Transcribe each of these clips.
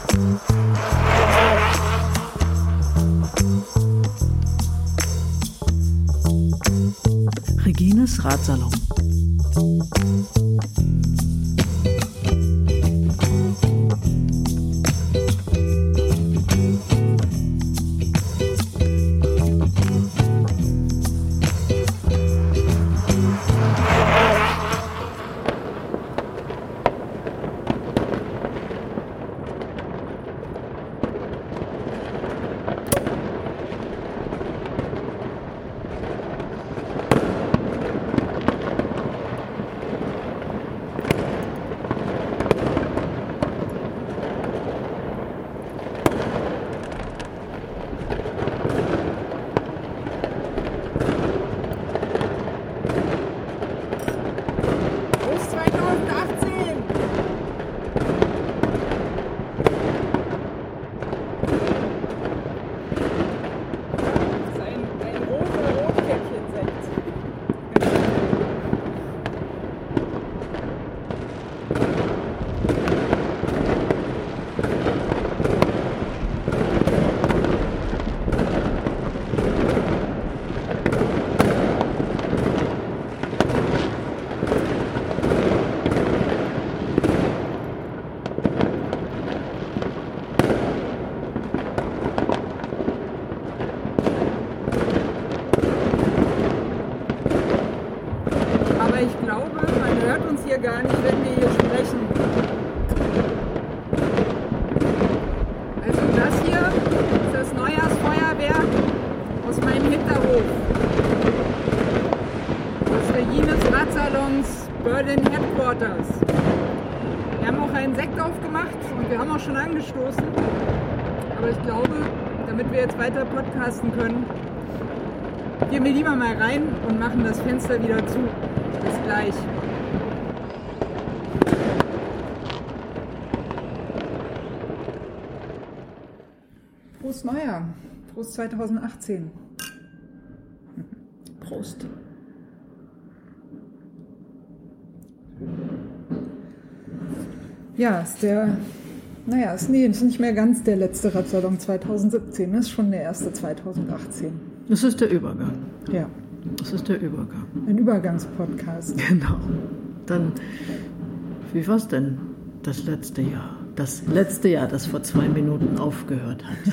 Regines Ratsalon. Gar nicht, wenn wir hier sprechen. Also das hier ist das Neujahrsfeuerwerk aus meinem Hinterhof. Des Regines Ratsalons Berlin Headquarters. Wir haben auch einen Sekt aufgemacht und wir haben auch schon angestoßen. Aber ich glaube, damit wir jetzt weiter podcasten können, gehen wir lieber mal rein und machen das Fenster wieder zu. Bis gleich. Prost Neujahr. Prost 2018. Prost. Ja, ist nicht mehr ganz der letzte Ratsalon 2017, ist schon der erste 2018. Das ist der Übergang. Ja. Das ist der Übergang. Ein Übergangspodcast. Genau. Dann, wie war's denn das letzte Jahr? Das letzte Jahr, das vor 2 Minuten aufgehört hat.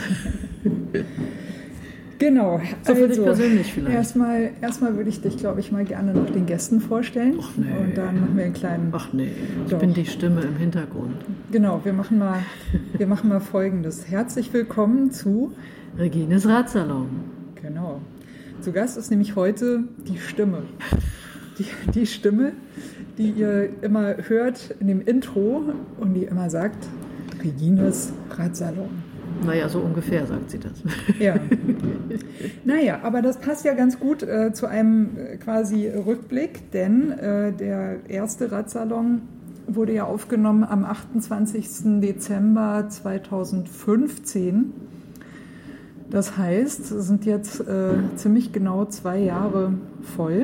Genau. So für dich persönlich vielleicht. Erstmal würde ich dich, glaube ich, mal gerne noch den Gästen vorstellen. Ach nee. Und dann machen wir einen kleinen... Ach nee, ich bin die Stimme im Hintergrund. Genau, wir machen mal Folgendes. Herzlich willkommen zu... Regines Ratsalon. Genau. Zu Gast ist nämlich heute die Stimme. Die Stimme, die ihr immer hört in dem Intro und die immer sagt, Regines Ratsalon. Naja, so ungefähr sagt sie das. Ja. Naja, aber das passt ja ganz gut zu einem quasi Rückblick, denn der erste Ratsalon wurde ja aufgenommen am 28. Dezember 2015. Das heißt, es sind jetzt ziemlich genau 2 Jahre voll.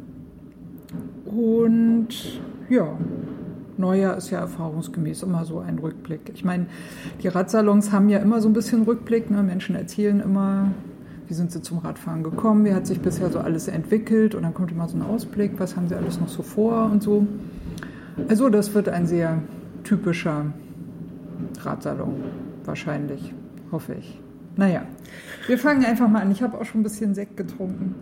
Und ja, Neujahr ist ja erfahrungsgemäß immer so ein Rückblick. Ich meine, die Radsalons haben ja immer so ein bisschen Rückblick. Ne? Menschen erzählen immer, wie sind sie zum Radfahren gekommen, wie hat sich bisher so alles entwickelt. Und dann kommt immer so ein Ausblick, was haben sie alles noch so vor und so. Also das wird ein sehr typischer Radsalon, wahrscheinlich, hoffe ich. Naja, wir fangen einfach mal an. Ich habe auch schon ein bisschen Sekt getrunken.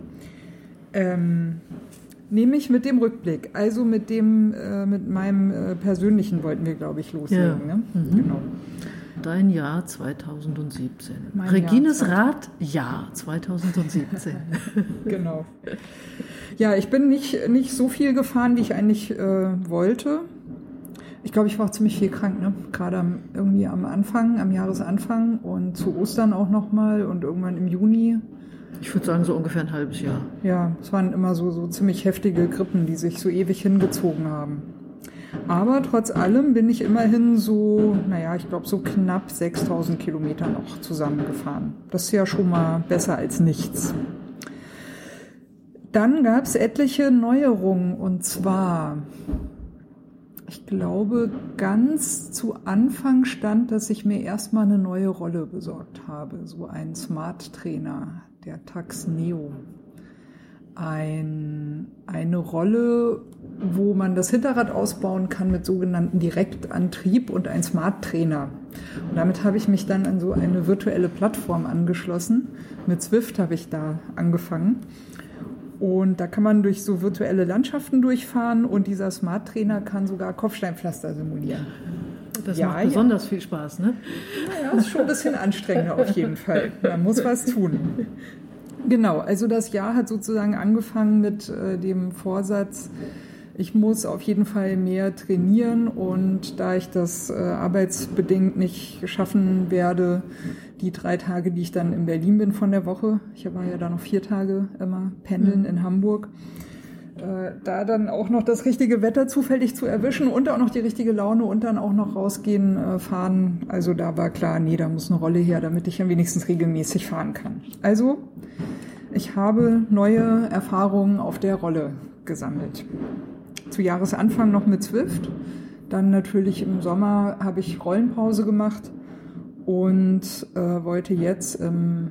Nämlich mit dem Rückblick, also mit meinem persönlichen wollten wir, glaube ich, loslegen. Ja. Ne? Mhm. Genau. Dein Jahr 2017. Mein Regines Jahr Radjahr 2017. Genau. Ja, ich bin nicht so viel gefahren, wie ich eigentlich wollte. Ich glaube, ich war auch ziemlich viel krank, ne? Gerade irgendwie am Anfang, am Jahresanfang und zu Ostern auch nochmal und irgendwann im Juni. Ich würde sagen, so ungefähr ein halbes Jahr. Ja, es waren immer so ziemlich heftige Grippen, die sich so ewig hingezogen haben. Aber trotz allem bin ich immerhin so, ich glaube so knapp 6.000 Kilometer noch zusammengefahren. Das ist ja schon mal besser als nichts. Dann gab es etliche Neuerungen und zwar Ich glaube, ganz zu Anfang stand, dass ich mir erstmal eine neue Rolle besorgt habe. So ein Smart Trainer, der Tax Neo. Eine Rolle, wo man das Hinterrad ausbauen kann mit sogenannten Direktantrieb und ein Smart Trainer. Und damit habe ich mich dann an so eine virtuelle Plattform angeschlossen. Mit Zwift habe ich da angefangen. Und da kann man durch so virtuelle Landschaften durchfahren und dieser Smart Trainer kann sogar Kopfsteinpflaster simulieren. Das macht besonders viel Spaß, ne? Naja, ist schon ein bisschen anstrengender auf jeden Fall. Man muss was tun. Genau, also das Jahr hat sozusagen angefangen mit dem Vorsatz, ich muss auf jeden Fall mehr trainieren und da ich das arbeitsbedingt nicht schaffen werde, die 3 Tage, die ich dann in Berlin bin von der Woche, ich war ja da noch 4 Tage immer pendeln in Hamburg, da dann auch noch das richtige Wetter zufällig zu erwischen und auch noch die richtige Laune und dann auch noch rausgehen, fahren. Also da war klar, nee, da muss eine Rolle her, damit ich dann wenigstens regelmäßig fahren kann. Also ich habe neue Erfahrungen auf der Rolle gesammelt. Zu Jahresanfang noch mit Zwift, dann natürlich im Sommer habe ich Rollenpause gemacht und wollte jetzt im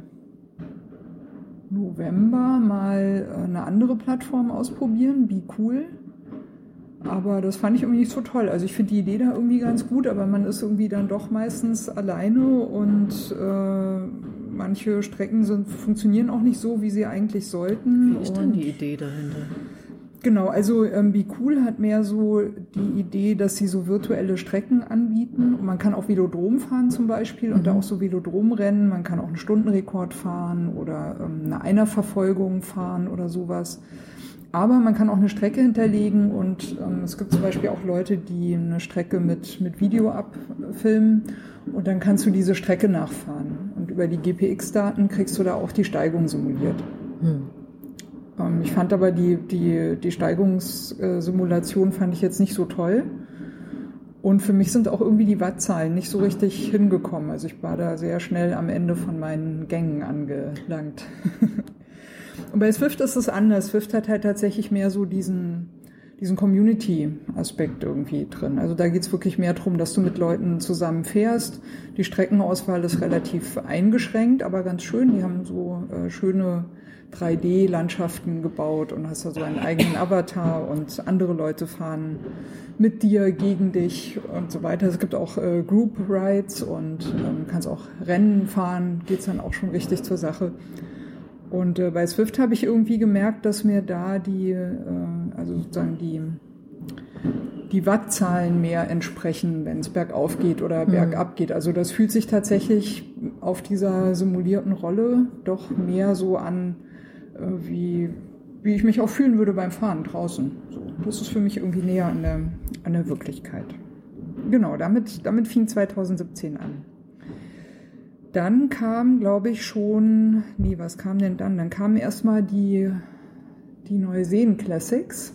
November mal eine andere Plattform ausprobieren, Be Cool. Aber das fand ich irgendwie nicht so toll. Also ich finde die Idee da irgendwie ganz gut, aber man ist irgendwie dann doch meistens alleine und manche Strecken funktionieren auch nicht so, wie sie eigentlich sollten. Wie ist denn die Idee dahinter? Genau, also Be Cool hat mehr so die Idee, dass sie so virtuelle Strecken anbieten. Und man kann auch Velodrom fahren zum Beispiel und da auch so Velodromrennen. Man kann auch einen Stundenrekord fahren oder eine Einerverfolgung fahren oder sowas. Aber man kann auch eine Strecke hinterlegen und es gibt zum Beispiel auch Leute, die eine Strecke mit Video abfilmen und dann kannst du diese Strecke nachfahren. Und über die GPX-Daten kriegst du da auch die Steigung simuliert. Ich fand aber die Steigungssimulation fand ich jetzt nicht so toll. Und für mich sind auch irgendwie die Wattzahlen nicht so richtig hingekommen. Also ich war da sehr schnell am Ende von meinen Gängen angelangt. Und bei Zwift ist es anders. Zwift hat halt tatsächlich mehr so diesen Community-Aspekt irgendwie drin. Also da geht's wirklich mehr darum, dass du mit Leuten zusammen fährst. Die Streckenauswahl ist relativ eingeschränkt, aber ganz schön. Die haben so schöne 3D-Landschaften gebaut und hast da so einen eigenen Avatar und andere Leute fahren mit dir, gegen dich und so weiter. Es gibt auch Group Rides und kannst auch Rennen fahren, geht's dann auch schon richtig zur Sache. Und bei Zwift habe ich irgendwie gemerkt, dass mir da die Wattzahlen mehr entsprechen, wenn es bergauf geht oder bergab geht. Also das fühlt sich tatsächlich auf dieser simulierten Rolle doch mehr so an, wie ich mich auch fühlen würde beim Fahren draußen. So, das ist für mich irgendwie näher an der Wirklichkeit. Genau, damit fing 2017 an. Dann kam, glaube ich, was kam denn dann? Dann kamen erstmal die Neuseen Classics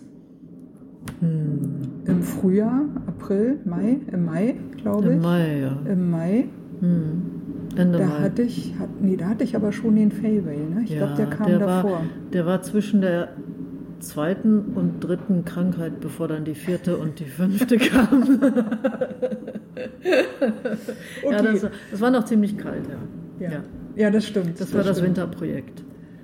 im Frühjahr, April, Mai, im Mai, glaube ich. Im Mai, ja. Im Mai. Ende Da Mai. hatte ich aber schon den Failway, ne? Ich glaube, der kam davor. Der war zwischen der 2. und 3. Krankheit, bevor dann die 4. und die 5. kam. Okay. Ja, das war noch ziemlich kalt, ja. Ja, das stimmt. Das war das Winterprojekt.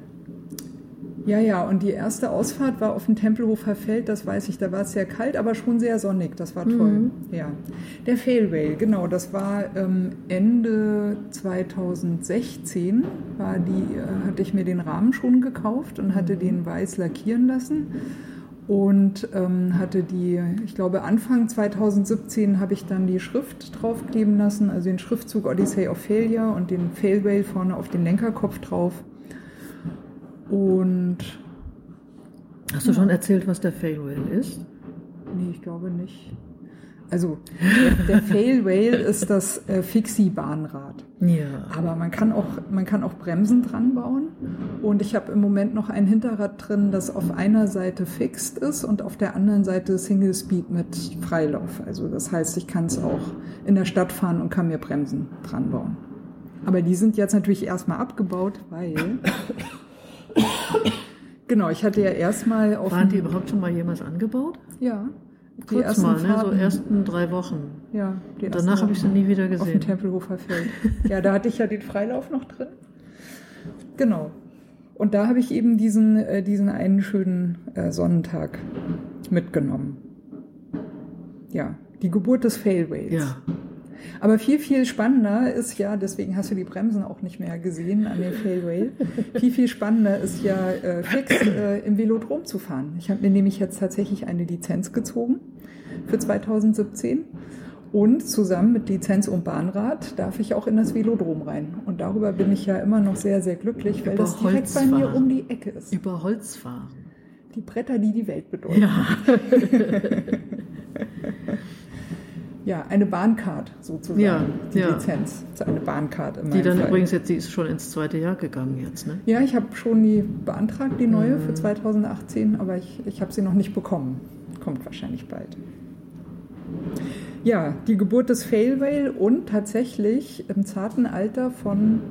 Ja, und die erste Ausfahrt war auf dem Tempelhofer Feld, das weiß ich, da war es sehr kalt, aber schon sehr sonnig, das war toll. Ja. Der Failway, genau, das war Ende 2016, hatte ich mir den Rahmen schon gekauft und hatte den weiß lackieren lassen und ich glaube Anfang 2017 habe ich dann die Schrift draufkleben lassen, also den Schriftzug Odyssey of Failure und den Failway vorne auf den Lenkerkopf drauf. Und hast du schon erzählt, was der Failwhale ist? Nee, ich glaube nicht. Also der Failwhale ist das Fixie-Bahnrad. Ja. Aber man kann auch Bremsen dran bauen. Und ich habe im Moment noch ein Hinterrad drin, das auf einer Seite fixed ist und auf der anderen Seite Single Speed mit Freilauf. Also das heißt, ich kann es auch in der Stadt fahren und kann mir Bremsen dran bauen. Aber die sind jetzt natürlich erstmal abgebaut, weil... Genau, ich hatte ja erstmal Waren die überhaupt schon mal jemals angebaut? Ja, Kurz mal, ne? So ersten 3 Wochen. Ja, danach habe ich sie nie wieder gesehen. Auf dem Tempelhofer Feld. Ja, da hatte ich ja den Freilauf noch drin. Genau. Und da habe ich eben diesen einen schönen Sonnentag mitgenommen. Ja, die Geburt des Failwales. Ja. Aber viel, viel spannender ist ja, deswegen hast du die Bremsen auch nicht mehr gesehen an dem Failwale, viel spannender ist ja fix im Velodrom zu fahren. Ich habe mir nämlich jetzt tatsächlich eine Lizenz gezogen für 2017 und zusammen mit Lizenz und Bahnrad darf ich auch in das Velodrom rein. Und darüber bin ich ja immer noch sehr, sehr glücklich, weil das direkt bei mir um die Ecke ist. Über Holz fahren. Die Bretter, die die Welt bedeuten. Ja. Ja, eine Bahncard sozusagen, die Lizenz. Das ist eine Bahncard in meinem Fall. Übrigens jetzt, die ist schon ins 2. Jahr gegangen jetzt, ne? Ja, ich habe schon die beantragt, die neue für 2018, aber ich habe sie noch nicht bekommen. Kommt wahrscheinlich bald. Ja, die Geburt des Failwale und tatsächlich im zarten Alter von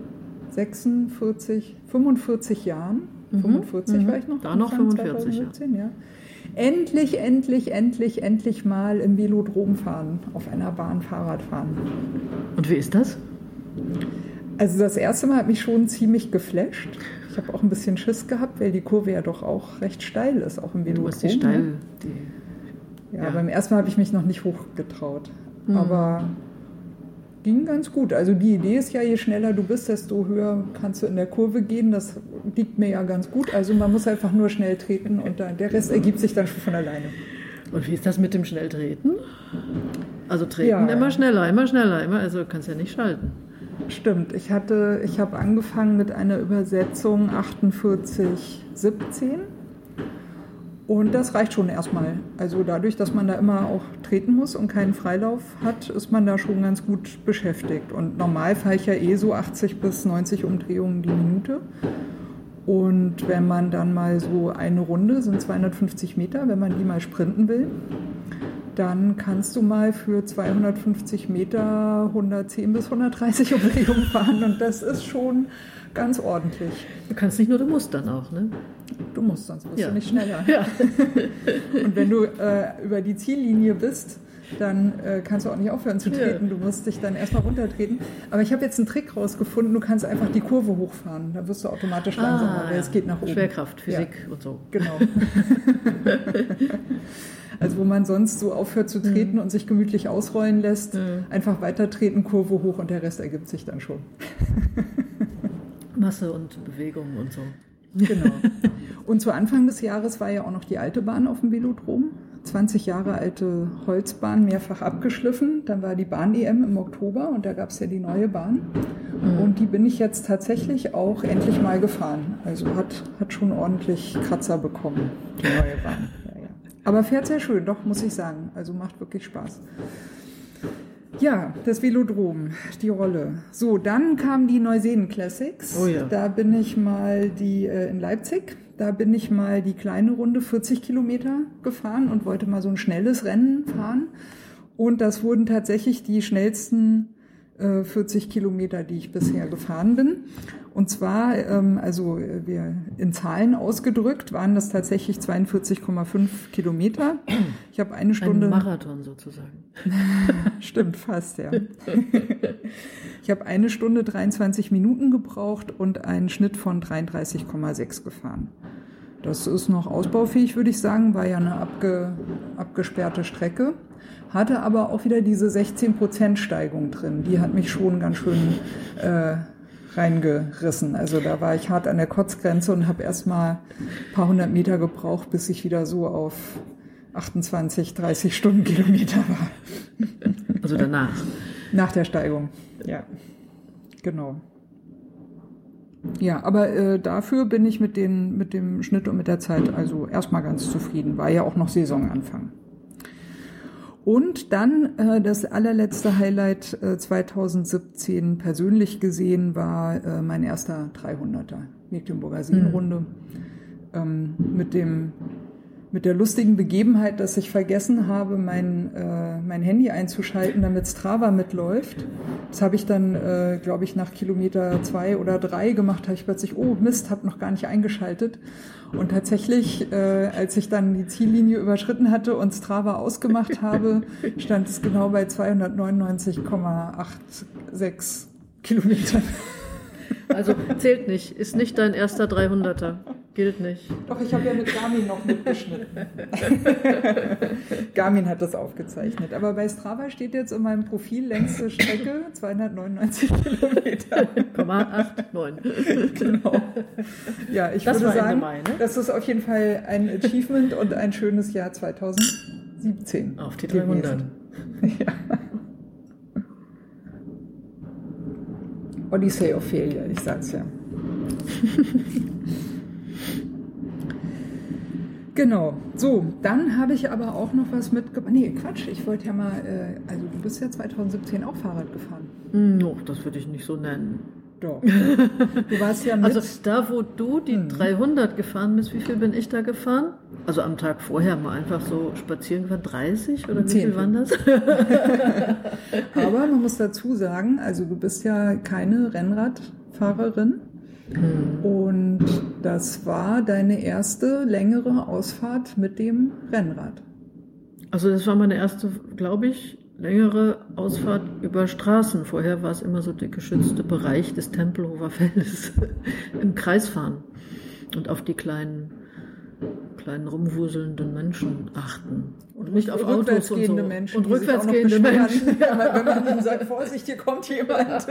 45 Jahren. 45 war ich noch. Da noch 45, 2017, ja. Endlich mal im Velodrom fahren, auf einer Bahn Fahrrad fahren. Und wie ist das? Also das erste Mal hat mich schon ziemlich geflasht. Ich habe auch ein bisschen Schiss gehabt, weil die Kurve ja doch auch recht steil ist, auch im Velodrom. Du hast die steil. Ja, beim ersten Mal habe ich mich noch nicht hochgetraut. Aber ging ganz gut. Also die Idee ist ja, je schneller du bist, desto höher kannst du in der Kurve gehen. Das liegt mir ja ganz gut. Also man muss einfach nur schnell treten und der Rest ergibt sich dann schon von alleine. Und wie ist das mit dem Schnelltreten? Also treten immer schneller, also du kannst ja nicht schalten. Stimmt. Ich habe angefangen mit einer Übersetzung 48:17. Und das reicht schon erstmal. Also dadurch, dass man da immer auch treten muss und keinen Freilauf hat, ist man da schon ganz gut beschäftigt. Und normal fahre ich ja so 80 bis 90 Umdrehungen die Minute. Und wenn man dann mal so eine Runde, sind 250 Meter, wenn man die mal sprinten will, dann kannst du mal für 250 Meter 110 bis 130 Umdrehungen fahren. Und das ist schon ganz ordentlich. Du kannst nicht nur, du musst dann auch, ne? Du musst, sonst wirst du nicht schneller. Ja. Und wenn du über die Ziellinie bist, dann kannst du auch nicht aufhören zu treten. Du musst dich dann erstmal runtertreten. Aber ich habe jetzt einen Trick rausgefunden, du kannst einfach die Kurve hochfahren. Da wirst du automatisch langsamer, weil es geht nach oben. Schwerkraft, Physik und so. Genau. Also wo man sonst so aufhört zu treten und sich gemütlich ausrollen lässt, einfach weiter treten, Kurve hoch und der Rest ergibt sich dann schon. Masse und Bewegung und so. Genau. Und zu Anfang des Jahres war ja auch noch die alte Bahn auf dem Velodrom. 20 Jahre alte Holzbahn, mehrfach abgeschliffen. Dann war die Bahn-EM im Oktober und da gab es ja die neue Bahn. Und die bin ich jetzt tatsächlich auch endlich mal gefahren. Also hat schon ordentlich Kratzer bekommen, die neue Bahn. Ja. Aber fährt sehr schön, doch, muss ich sagen. Also macht wirklich Spaß. Ja, das Velodrom, die Rolle. So, dann kamen die Neuseen Classics. Oh ja. Da bin ich mal in Leipzig, da bin ich mal die kleine Runde 40 Kilometer gefahren und wollte mal so ein schnelles Rennen fahren. Und das wurden tatsächlich die schnellsten 40 Kilometer, die ich bisher gefahren bin. Und zwar, wir in Zahlen ausgedrückt, waren das tatsächlich 42,5 Kilometer. Ich habe eine Stunde... Ein Marathon sozusagen. Stimmt, fast, ja. Ich habe 1 Stunde 23 Minuten gebraucht und einen Schnitt von 33,6 gefahren. Das ist noch ausbaufähig, würde ich sagen, war ja eine abgesperrte Strecke. Hatte aber auch wieder diese 16% Steigung drin. Die hat mich schon ganz schön reingerissen. Also da war ich hart an der Kotzgrenze und habe erst mal ein paar 100 Meter gebraucht, bis ich wieder so auf 28, 30 Stundenkilometer war. Also danach? Nach der Steigung, ja. Genau. Ja, aber dafür bin ich mit dem Schnitt und mit der Zeit also erstmal ganz zufrieden. War ja auch noch Saisonanfang. Und dann das allerletzte Highlight 2017 persönlich gesehen war mein erster 300er Mecklenburger Seenrunde mit dem mit der lustigen Begebenheit, dass ich vergessen habe, mein Handy einzuschalten, damit Strava mitläuft. Das habe ich dann, glaube ich, nach Kilometer 2 oder 3 gemacht, habe ich plötzlich, oh Mist, habe noch gar nicht eingeschaltet. Und tatsächlich, als ich dann die Ziellinie überschritten hatte und Strava ausgemacht habe, stand es genau bei 299,86 Kilometern. Also zählt nicht, ist nicht dein erster 300er, gilt nicht. Doch, ich habe ja mit Garmin noch mitgeschnitten. Garmin hat das aufgezeichnet. Aber bei Strava steht jetzt in meinem Profil längste Strecke 299 Kilometer. 0,89. Genau. Ja, ich würde sagen, das ist auf jeden Fall ein Achievement und ein schönes Jahr 2017. Auf die 300. Ja. Odyssey of Failure, ich sag's ja. Genau. So, dann habe ich aber auch noch was mitgebracht. Nee, Quatsch, ich wollte ja mal, also du bist ja 2017 auch Fahrrad gefahren. No, das würde ich nicht so nennen. Doch. Du warst ja mit. Also da, wo du die 300 gefahren bist, wie viel bin ich da gefahren? Also am Tag vorher mal einfach so spazieren gefahren, 30 oder wie viel waren das? Aber man muss dazu sagen, also du bist ja keine Rennradfahrerin. Und das war deine erste längere Ausfahrt mit dem Rennrad. Also das war meine erste, glaube ich, längere Ausfahrt über Straßen. Vorher war es immer so der geschützte Bereich des Tempelhofer Feldes im Kreis fahren und auf die kleinen rumwuselnden Menschen achten. Und nicht auf Autos und so. Menschen, und rückwärtsgehende Menschen. Ja. Wenn man ihnen sagt, Vorsicht, hier kommt jemand.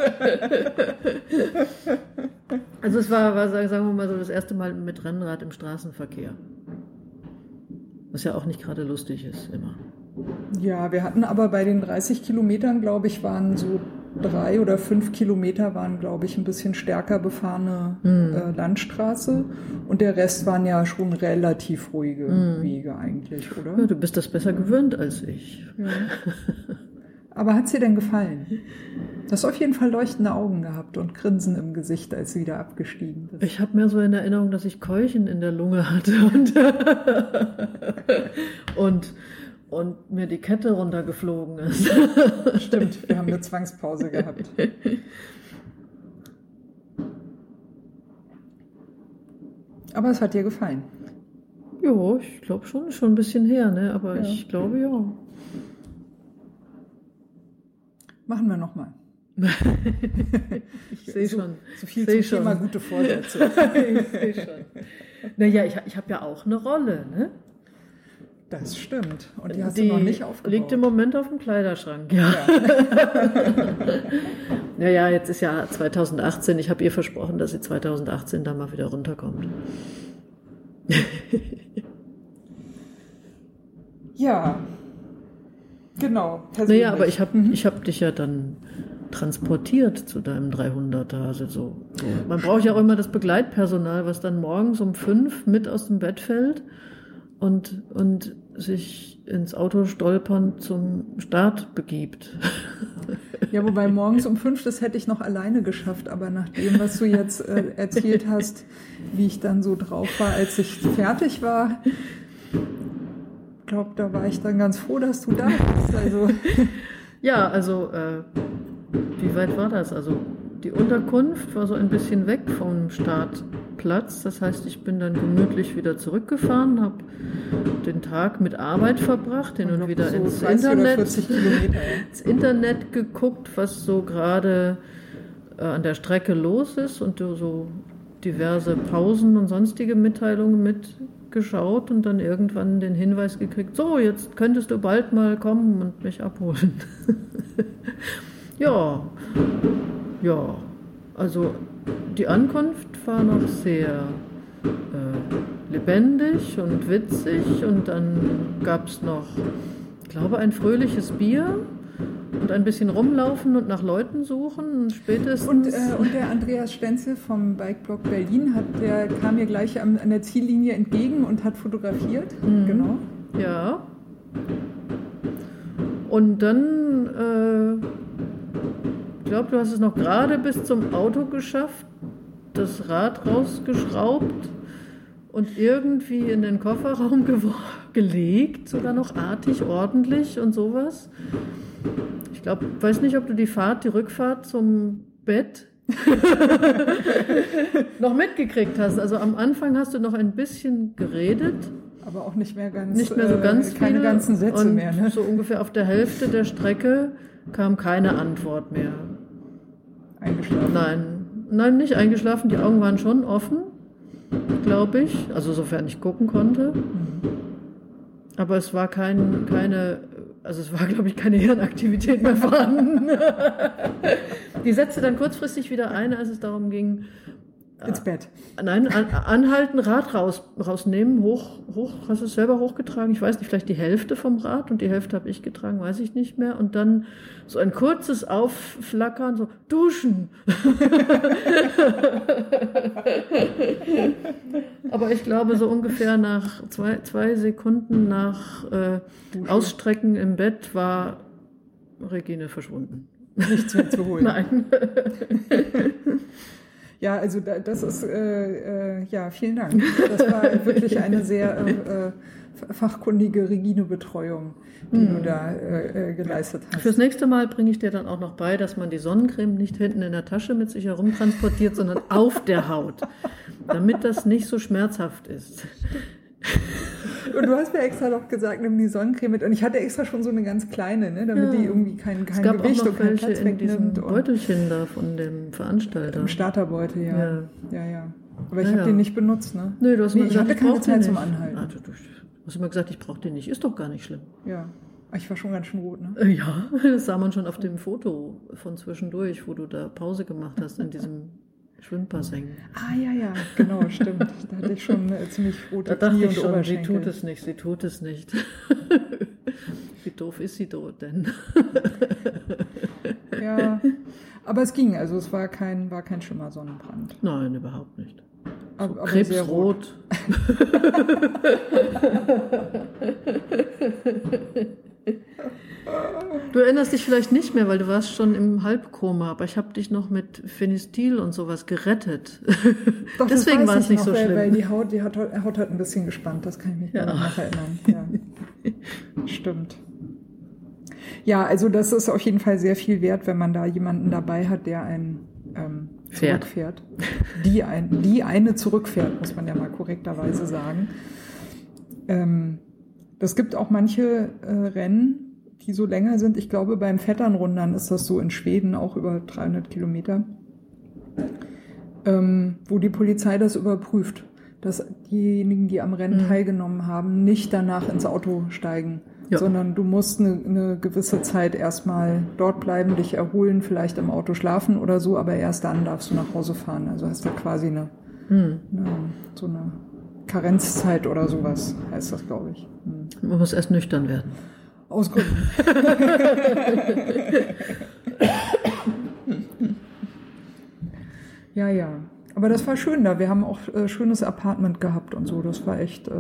Also es war, sagen wir mal so, das erste Mal mit Rennrad im Straßenverkehr. Was ja auch nicht gerade lustig ist, immer. Ja, wir hatten aber bei den 30 Kilometern, glaube ich, waren so 3 oder 5 Kilometer waren, glaube ich, ein bisschen stärker befahrene Landstraße. Und der Rest waren ja schon relativ ruhige Wege eigentlich, oder? Ja, du bist das besser gewöhnt als ich. Ja. Aber hat es dir denn gefallen? Du hast auf jeden Fall leuchtende Augen gehabt und Grinsen im Gesicht, als du wieder abgestiegen bist. Ich habe mehr so in Erinnerung, dass ich Keuchen in der Lunge hatte und mir die Kette runtergeflogen ist. Stimmt, wir haben eine Zwangspause gehabt. Aber es hat dir gefallen. Jo, ich glaube schon ein bisschen her, ne? Aber ja. Ich glaube ja. Machen wir nochmal. Ich sehe schon. So viel zum Thema gute Vorsätze. Ich sehe schon. Naja, ich habe ja auch eine Rolle, ne? Das stimmt. Und die hast du noch nicht aufgebaut. Liegt im Moment auf dem Kleiderschrank, ja. Naja, jetzt ist ja 2018. Ich habe ihr versprochen, dass sie 2018 da mal wieder runterkommt. Ja, genau. Persönlich. Naja, aber ich hab dich ja dann transportiert zu deinem 300er. Also so. Man braucht ja auch immer das Begleitpersonal, was dann morgens um 5 mit aus dem Bett fällt und sich ins Auto stolpernd zum Start begibt. Ja, wobei morgens um 5, das hätte ich noch alleine geschafft, aber nach dem, was du jetzt erzählt hast, wie ich dann so drauf war, als ich fertig war, ich glaube, da war ich dann ganz froh, dass du da bist. Also. Ja, also wie weit war das? Also die Unterkunft war so ein bisschen weg vom Startplatz. Das heißt, ich bin dann gemütlich wieder zurückgefahren, habe den Tag mit Arbeit verbracht, hin und wieder so ins Internet geguckt, was so gerade an der Strecke los ist und so diverse Pausen und sonstige Mitteilungen mitgeschaut und dann irgendwann den Hinweis gekriegt, so, jetzt könntest du bald mal kommen und mich abholen. Ja, also die Ankunft war noch sehr lebendig und witzig und dann gab es noch, ich glaube, ein fröhliches Bier und ein bisschen rumlaufen und nach Leuten suchen und spätestens... Und der Andreas Stenzel vom Bikeblog Berlin, der kam mir gleich an der Ziellinie entgegen und hat fotografiert. Mhm. Genau. Ja. Und dann... ich glaube, du hast es noch gerade bis zum Auto geschafft, das Rad rausgeschraubt und irgendwie in den Kofferraum gelegt, sogar noch artig, ordentlich und sowas. Ich glaube, weiß nicht, ob du die Rückfahrt zum Bett noch mitgekriegt hast. Also am Anfang hast du noch ein bisschen geredet. Aber auch nicht mehr so keine viel, ganzen Sätze und mehr. Ne? So ungefähr auf der Hälfte der Strecke kam keine Antwort mehr. Eingeschlafen? Nein, nicht eingeschlafen. Die Augen waren schon offen, glaube ich. Also sofern ich gucken konnte. Aber es war es war, glaube ich, keine Hirnaktivität mehr vorhanden. Die setzte dann kurzfristig wieder ein, als es darum ging, ins Bett. Nein, anhalten, Rad rausnehmen, hast du es selber hochgetragen? Ich weiß nicht, vielleicht die Hälfte vom Rad und die Hälfte habe ich getragen, weiß ich nicht mehr. Und dann so ein kurzes Aufflackern, so duschen. Aber ich glaube, so ungefähr nach zwei Sekunden nach Ausstrecken im Bett war Regine verschwunden. Nichts mehr zu holen. Nein. Ja, also das ist, vielen Dank. Das war wirklich eine sehr fachkundige Regine-Betreuung, die du da geleistet hast. Fürs nächste Mal bringe ich dir dann auch noch bei, dass man die Sonnencreme nicht hinten in der Tasche mit sich herumtransportiert, sondern auf der Haut, damit das nicht so schmerzhaft ist. Und du hast mir extra noch gesagt, nimm die Sonnencreme mit. Und ich hatte extra schon so eine ganz kleine, ne, damit die irgendwie kein Gewicht und keinen Platz wegnimmt. In diesem Beutelchen da von dem Veranstalter. Im Starterbeutel, ja. Aber ich habe den nicht benutzt, ne? Nee, du hast mir gesagt, ich hatte keine Zeit zum Anhalten. Du hast immer gesagt, ich brauche den nicht. Ist doch gar nicht schlimm. Ja. Ich war schon ganz schön rot, ne? Ja, das sah man schon auf dem Foto von zwischendurch, wo du da Pause gemacht hast in diesem Schwimmbassin. Ja, genau, stimmt. Da hatte ich schon ziemlich rote Knie und schon, Oberschenkel. Sie tut es nicht. Wie doof ist sie denn? Ja, aber es ging, also es war kein Schimmersonnenbrand. Nein, überhaupt nicht. So aber krebsrot. Du erinnerst dich vielleicht nicht mehr, weil du warst schon im Halbkoma, aber ich habe dich noch mit Phenestil und sowas gerettet. Doch, deswegen war es nicht so schlimm. Weil die Haut hat ein bisschen gespannt, das kann ich mich noch erinnern. Ja. Stimmt. Ja, also das ist auf jeden Fall sehr viel wert, wenn man da jemanden dabei hat, der einen zurückfährt. Die eine zurückfährt, muss man ja mal korrekterweise sagen. Das gibt auch manche Rennen, die so länger sind. Ich glaube, beim Vetternrundern ist das so in Schweden auch über 300 Kilometer, wo die Polizei das überprüft, dass diejenigen, die am Rennen teilgenommen haben, nicht danach ins Auto steigen, sondern du musst eine gewisse Zeit erstmal dort bleiben, dich erholen, vielleicht im Auto schlafen oder so, aber erst dann darfst du nach Hause fahren. Also hast du quasi so eine Karenzzeit oder sowas, heißt das, glaube ich. Man muss erst nüchtern werden. Aus Gründen. Ja. Aber das war schön da. Wir haben auch schönes Apartment gehabt und so. Das war echt,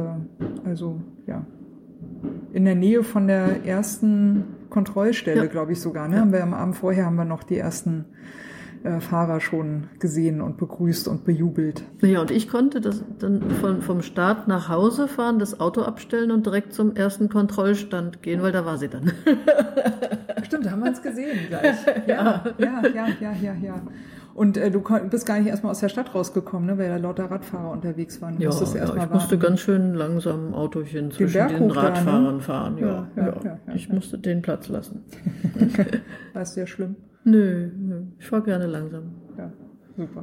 in der Nähe von der ersten Kontrollstelle, glaube ich sogar. Ne? Ja. Am Abend vorher haben wir noch die ersten Fahrer schon gesehen und begrüßt und bejubelt. Ja, und ich konnte das dann vom Start nach Hause fahren, das Auto abstellen und direkt zum ersten Kontrollstand gehen, weil da war sie dann. Stimmt, haben wir uns gesehen gleich. Ja. Und du bist gar nicht erstmal aus der Stadt rausgekommen, ne, weil da lauter Radfahrer unterwegs waren. Ich musste ganz schön langsam Autochen zwischen den Radfahrern fahren. Ja. Ich musste den Platz lassen. War es sehr schlimm? Nö, ich fahre gerne langsam. Ja, super.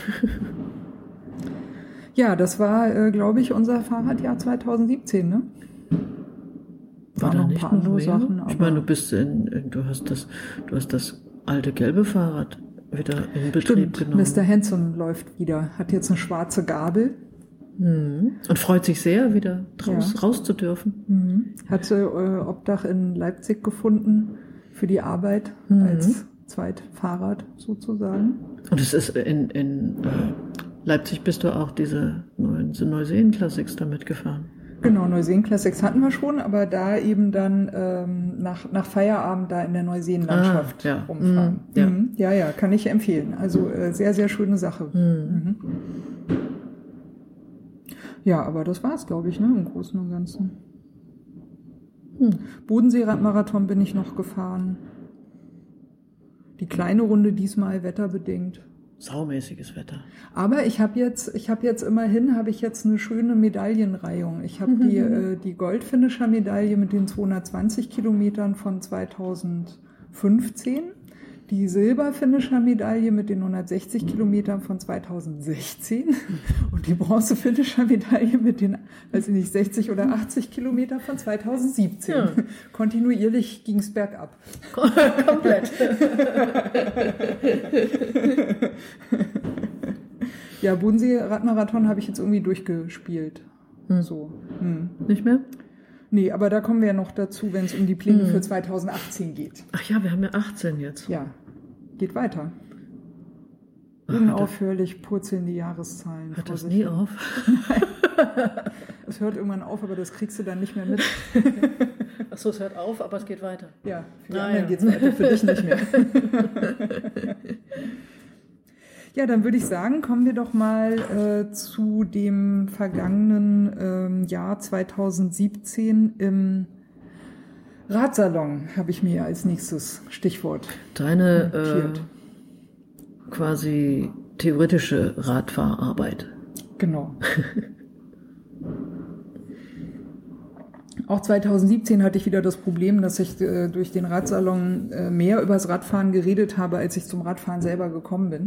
Ja, das war, glaube ich, unser Fahrradjahr 2017, ne? War noch ein paar andere Sachen. Ich meine, du hast das alte gelbe Fahrrad wieder in Betrieb genommen. Mr. Hanson läuft wieder, hat jetzt eine schwarze Gabel. Und freut sich sehr, wieder raus zu dürfen. Hatte Obdach in Leipzig gefunden für die Arbeit als Zweitfahrrad sozusagen. Und es ist in Leipzig bist du auch diese Neuseen Classics damit gefahren. Genau, Neuseen Classics hatten wir schon, aber da eben dann nach Feierabend da in der Neuseen-Landschaft rumfahren. Ja, kann ich empfehlen. Also sehr, sehr schöne Sache. Ja, aber das war's, glaube ich, ne, im Großen und Ganzen. Bodensee-Radmarathon bin ich noch gefahren. Die kleine Runde diesmal wetterbedingt. Saumäßiges Wetter. Aber ich habe jetzt immerhin eine schöne Medaillenreihung. Ich habe die Gold-Finisher-Medaille mit den 220 Kilometern von 2015, die Silber-Finisher-Medaille mit den 160 Kilometern von 2016 und die Bronze-Finisher-Medaille mit den, 60 oder 80 Kilometern von 2017. Ja. Kontinuierlich ging es bergab. Komplett. Ja, Bodensee-Radmarathon habe ich jetzt irgendwie durchgespielt. So. Nicht mehr? Nee, aber da kommen wir ja noch dazu, wenn es um die Pläne für 2018 geht. Ach ja, wir haben ja 18 jetzt. Ja, geht weiter. Unaufhörlich purzeln die Jahreszahlen. Hört das nie auf? Nein. Es hört irgendwann auf, aber das kriegst du dann nicht mehr mit. Achso, es hört auf, aber es geht weiter. Ja, für die anderen geht es weiter, für dich nicht mehr. Ja, dann würde ich sagen, kommen wir doch mal zu dem vergangenen Jahr 2017 im Radsalon, habe ich mir als nächstes Stichwort Deine quasi theoretische Radfahrarbeit. Genau. Auch 2017 hatte ich wieder das Problem, dass ich durch den Radsalon mehr über das Radfahren geredet habe, als ich zum Radfahren selber gekommen bin.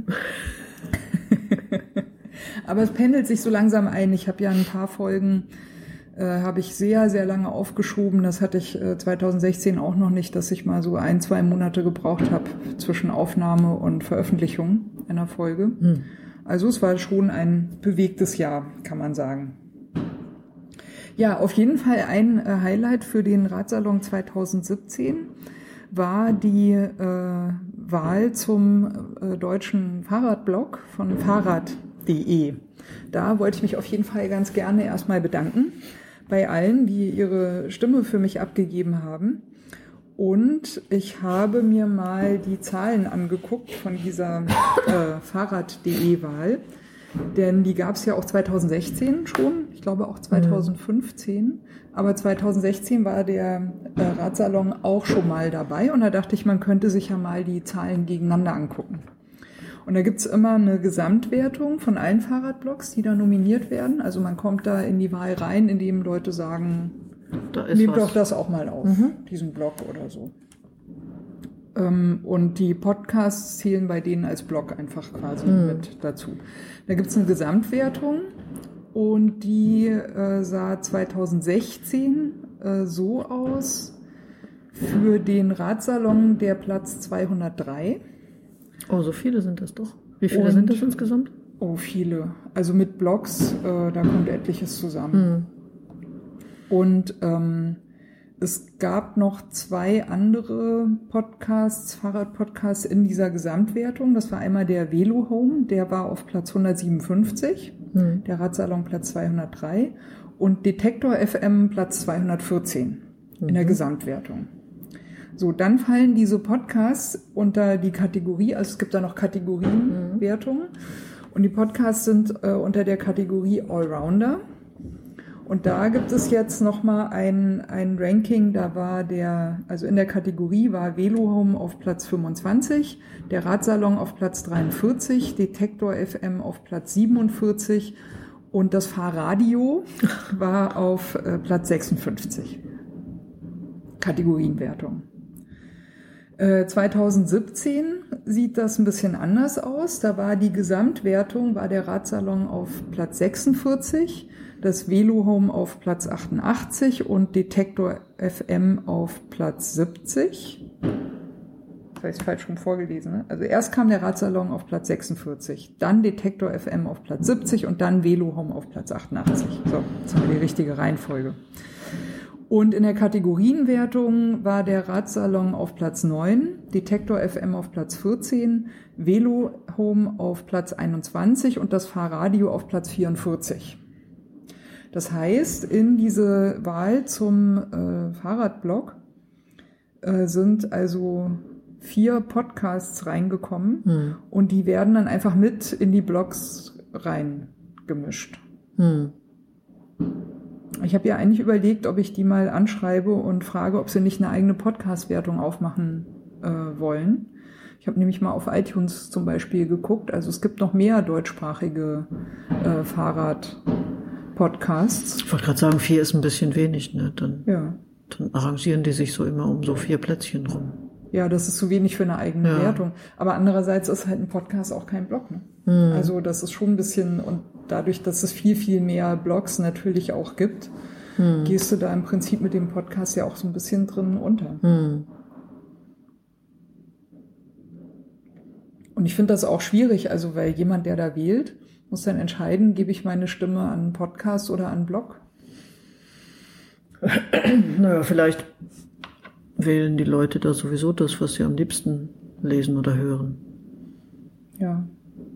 Aber es pendelt sich so langsam ein. Ich habe ja ein paar Folgen, habe ich sehr, sehr lange aufgeschoben. Das hatte ich 2016 auch noch nicht, dass ich mal so 1-2 Monate gebraucht habe zwischen Aufnahme und Veröffentlichung einer Folge. Also es war schon ein bewegtes Jahr, kann man sagen. Ja, auf jeden Fall ein Highlight für den Radsalon 2017 war die Wahl zum deutschen Fahrradblog von fahrrad.de. Da wollte ich mich auf jeden Fall ganz gerne erstmal bedanken bei allen, die ihre Stimme für mich abgegeben haben. Und ich habe mir mal die Zahlen angeguckt von dieser fahrrad.de-Wahl. Denn die gab es ja auch 2016 schon, ich glaube auch 2015. Aber 2016 war der Radsalon auch schon mal dabei und da dachte ich, man könnte sich ja mal die Zahlen gegeneinander angucken. Und da gibt's immer eine Gesamtwertung von allen Fahrradblogs, die da nominiert werden. Also man kommt da in die Wahl rein, indem Leute sagen, nehmt doch das auch mal auf, diesen Blog oder so. Und die Podcasts zählen bei denen als Blog einfach quasi mit dazu. Da gibt's eine Gesamtwertung und die sah 2016 so aus: für den Radsalon der Platz 203. Oh, so viele sind das doch. Wie viele sind das insgesamt? Oh, viele. Also mit Blogs, da kommt etliches zusammen. Und es gab noch 2 andere Podcasts, Fahrradpodcasts in dieser Gesamtwertung. Das war einmal der Velo Home, der war auf Platz 157, der Radsalon Platz 203 und Detektor FM Platz 214 in der Gesamtwertung. So, dann fallen diese Podcasts unter die Kategorie, also es gibt da noch Kategorienwertungen und die Podcasts sind unter der Kategorie Allrounder. Und da gibt es jetzt nochmal ein Ranking, da war also in der Kategorie war Velo Home auf Platz 25, der Radsalon auf Platz 43, Detektor FM auf Platz 47 und das Fahrradio war auf Platz 56. Kategorienwertung. 2017 sieht das ein bisschen anders aus. Da war die Gesamtwertung, war der Radsalon auf Platz 46, das Velo Home auf Platz 88 und Detektor FM auf Platz 70. Das habe ich falsch rum vorgelesen, ne? Also erst kam der Radsalon auf Platz 46, dann Detektor FM auf Platz 70 und dann Velo Home auf Platz 88. So, jetzt haben wir die richtige Reihenfolge. Und in der Kategorienwertung war der Radsalon auf Platz 9, Detektor FM auf Platz 14, Velo Home auf Platz 21 und das Fahrradio auf Platz 44. Das heißt, in diese Wahl zum Fahrradblog sind also 4 Podcasts reingekommen und die werden dann einfach mit in die Blogs reingemischt. Ich habe ja eigentlich überlegt, ob ich die mal anschreibe und frage, ob sie nicht eine eigene Podcast-Wertung aufmachen wollen. Ich habe nämlich mal auf iTunes zum Beispiel geguckt. Also es gibt noch mehr deutschsprachige Fahrrad-Podcasts. Ich wollte gerade sagen, 4 ist ein bisschen wenig, ne? Dann Ja. arrangieren die sich so immer um so 4 Plätzchen rum. Ja, das ist zu wenig für eine eigene Wertung. Aber andererseits ist halt ein Podcast auch kein Blog. Ne? Also das ist schon ein bisschen, und dadurch, dass es viel, viel mehr Blogs natürlich auch gibt, gehst du da im Prinzip mit dem Podcast ja auch so ein bisschen drin unter. Und ich finde das auch schwierig, also weil jemand, der da wählt, muss dann entscheiden, gebe ich meine Stimme an einen Podcast oder an einen Blog? Naja, vielleicht wählen die Leute da sowieso das, was sie am liebsten lesen oder hören. Ja.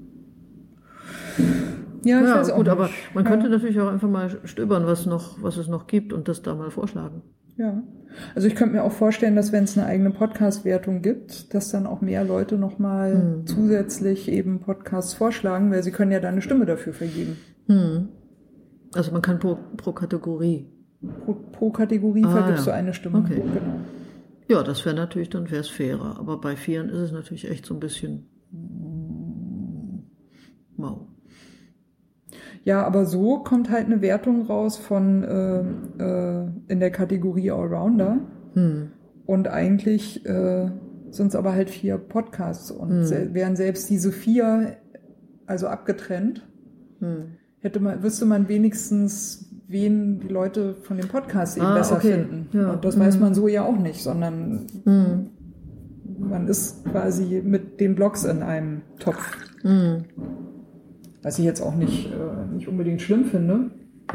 Ja, ich weiß auch gut, nicht. aber man könnte natürlich auch einfach mal stöbern, was es noch gibt und das da mal vorschlagen. Ja, also ich könnte mir auch vorstellen, dass wenn es eine eigene Podcast-Wertung gibt, dass dann auch mehr Leute nochmal zusätzlich eben Podcasts vorschlagen, weil sie können ja da eine Stimme dafür vergeben. Also man kann pro Kategorie. Pro Kategorie vergibst du eine Stimme. Okay. Genau. Ja, das wäre natürlich, dann wäre es fairer. Aber bei 4 ist es natürlich echt so ein bisschen mau. Ja, aber so kommt halt eine Wertung raus von in der Kategorie Allrounder. Und eigentlich sind es aber halt 4 Podcasts. Und wären selbst diese 4 also abgetrennt, wüsste man wenigstens, wen die Leute von dem Podcast eben besser finden. Ja. Und das weiß man so ja auch nicht, sondern man ist quasi mit den Blogs in einem Topf. Was ich jetzt auch nicht unbedingt schlimm finde.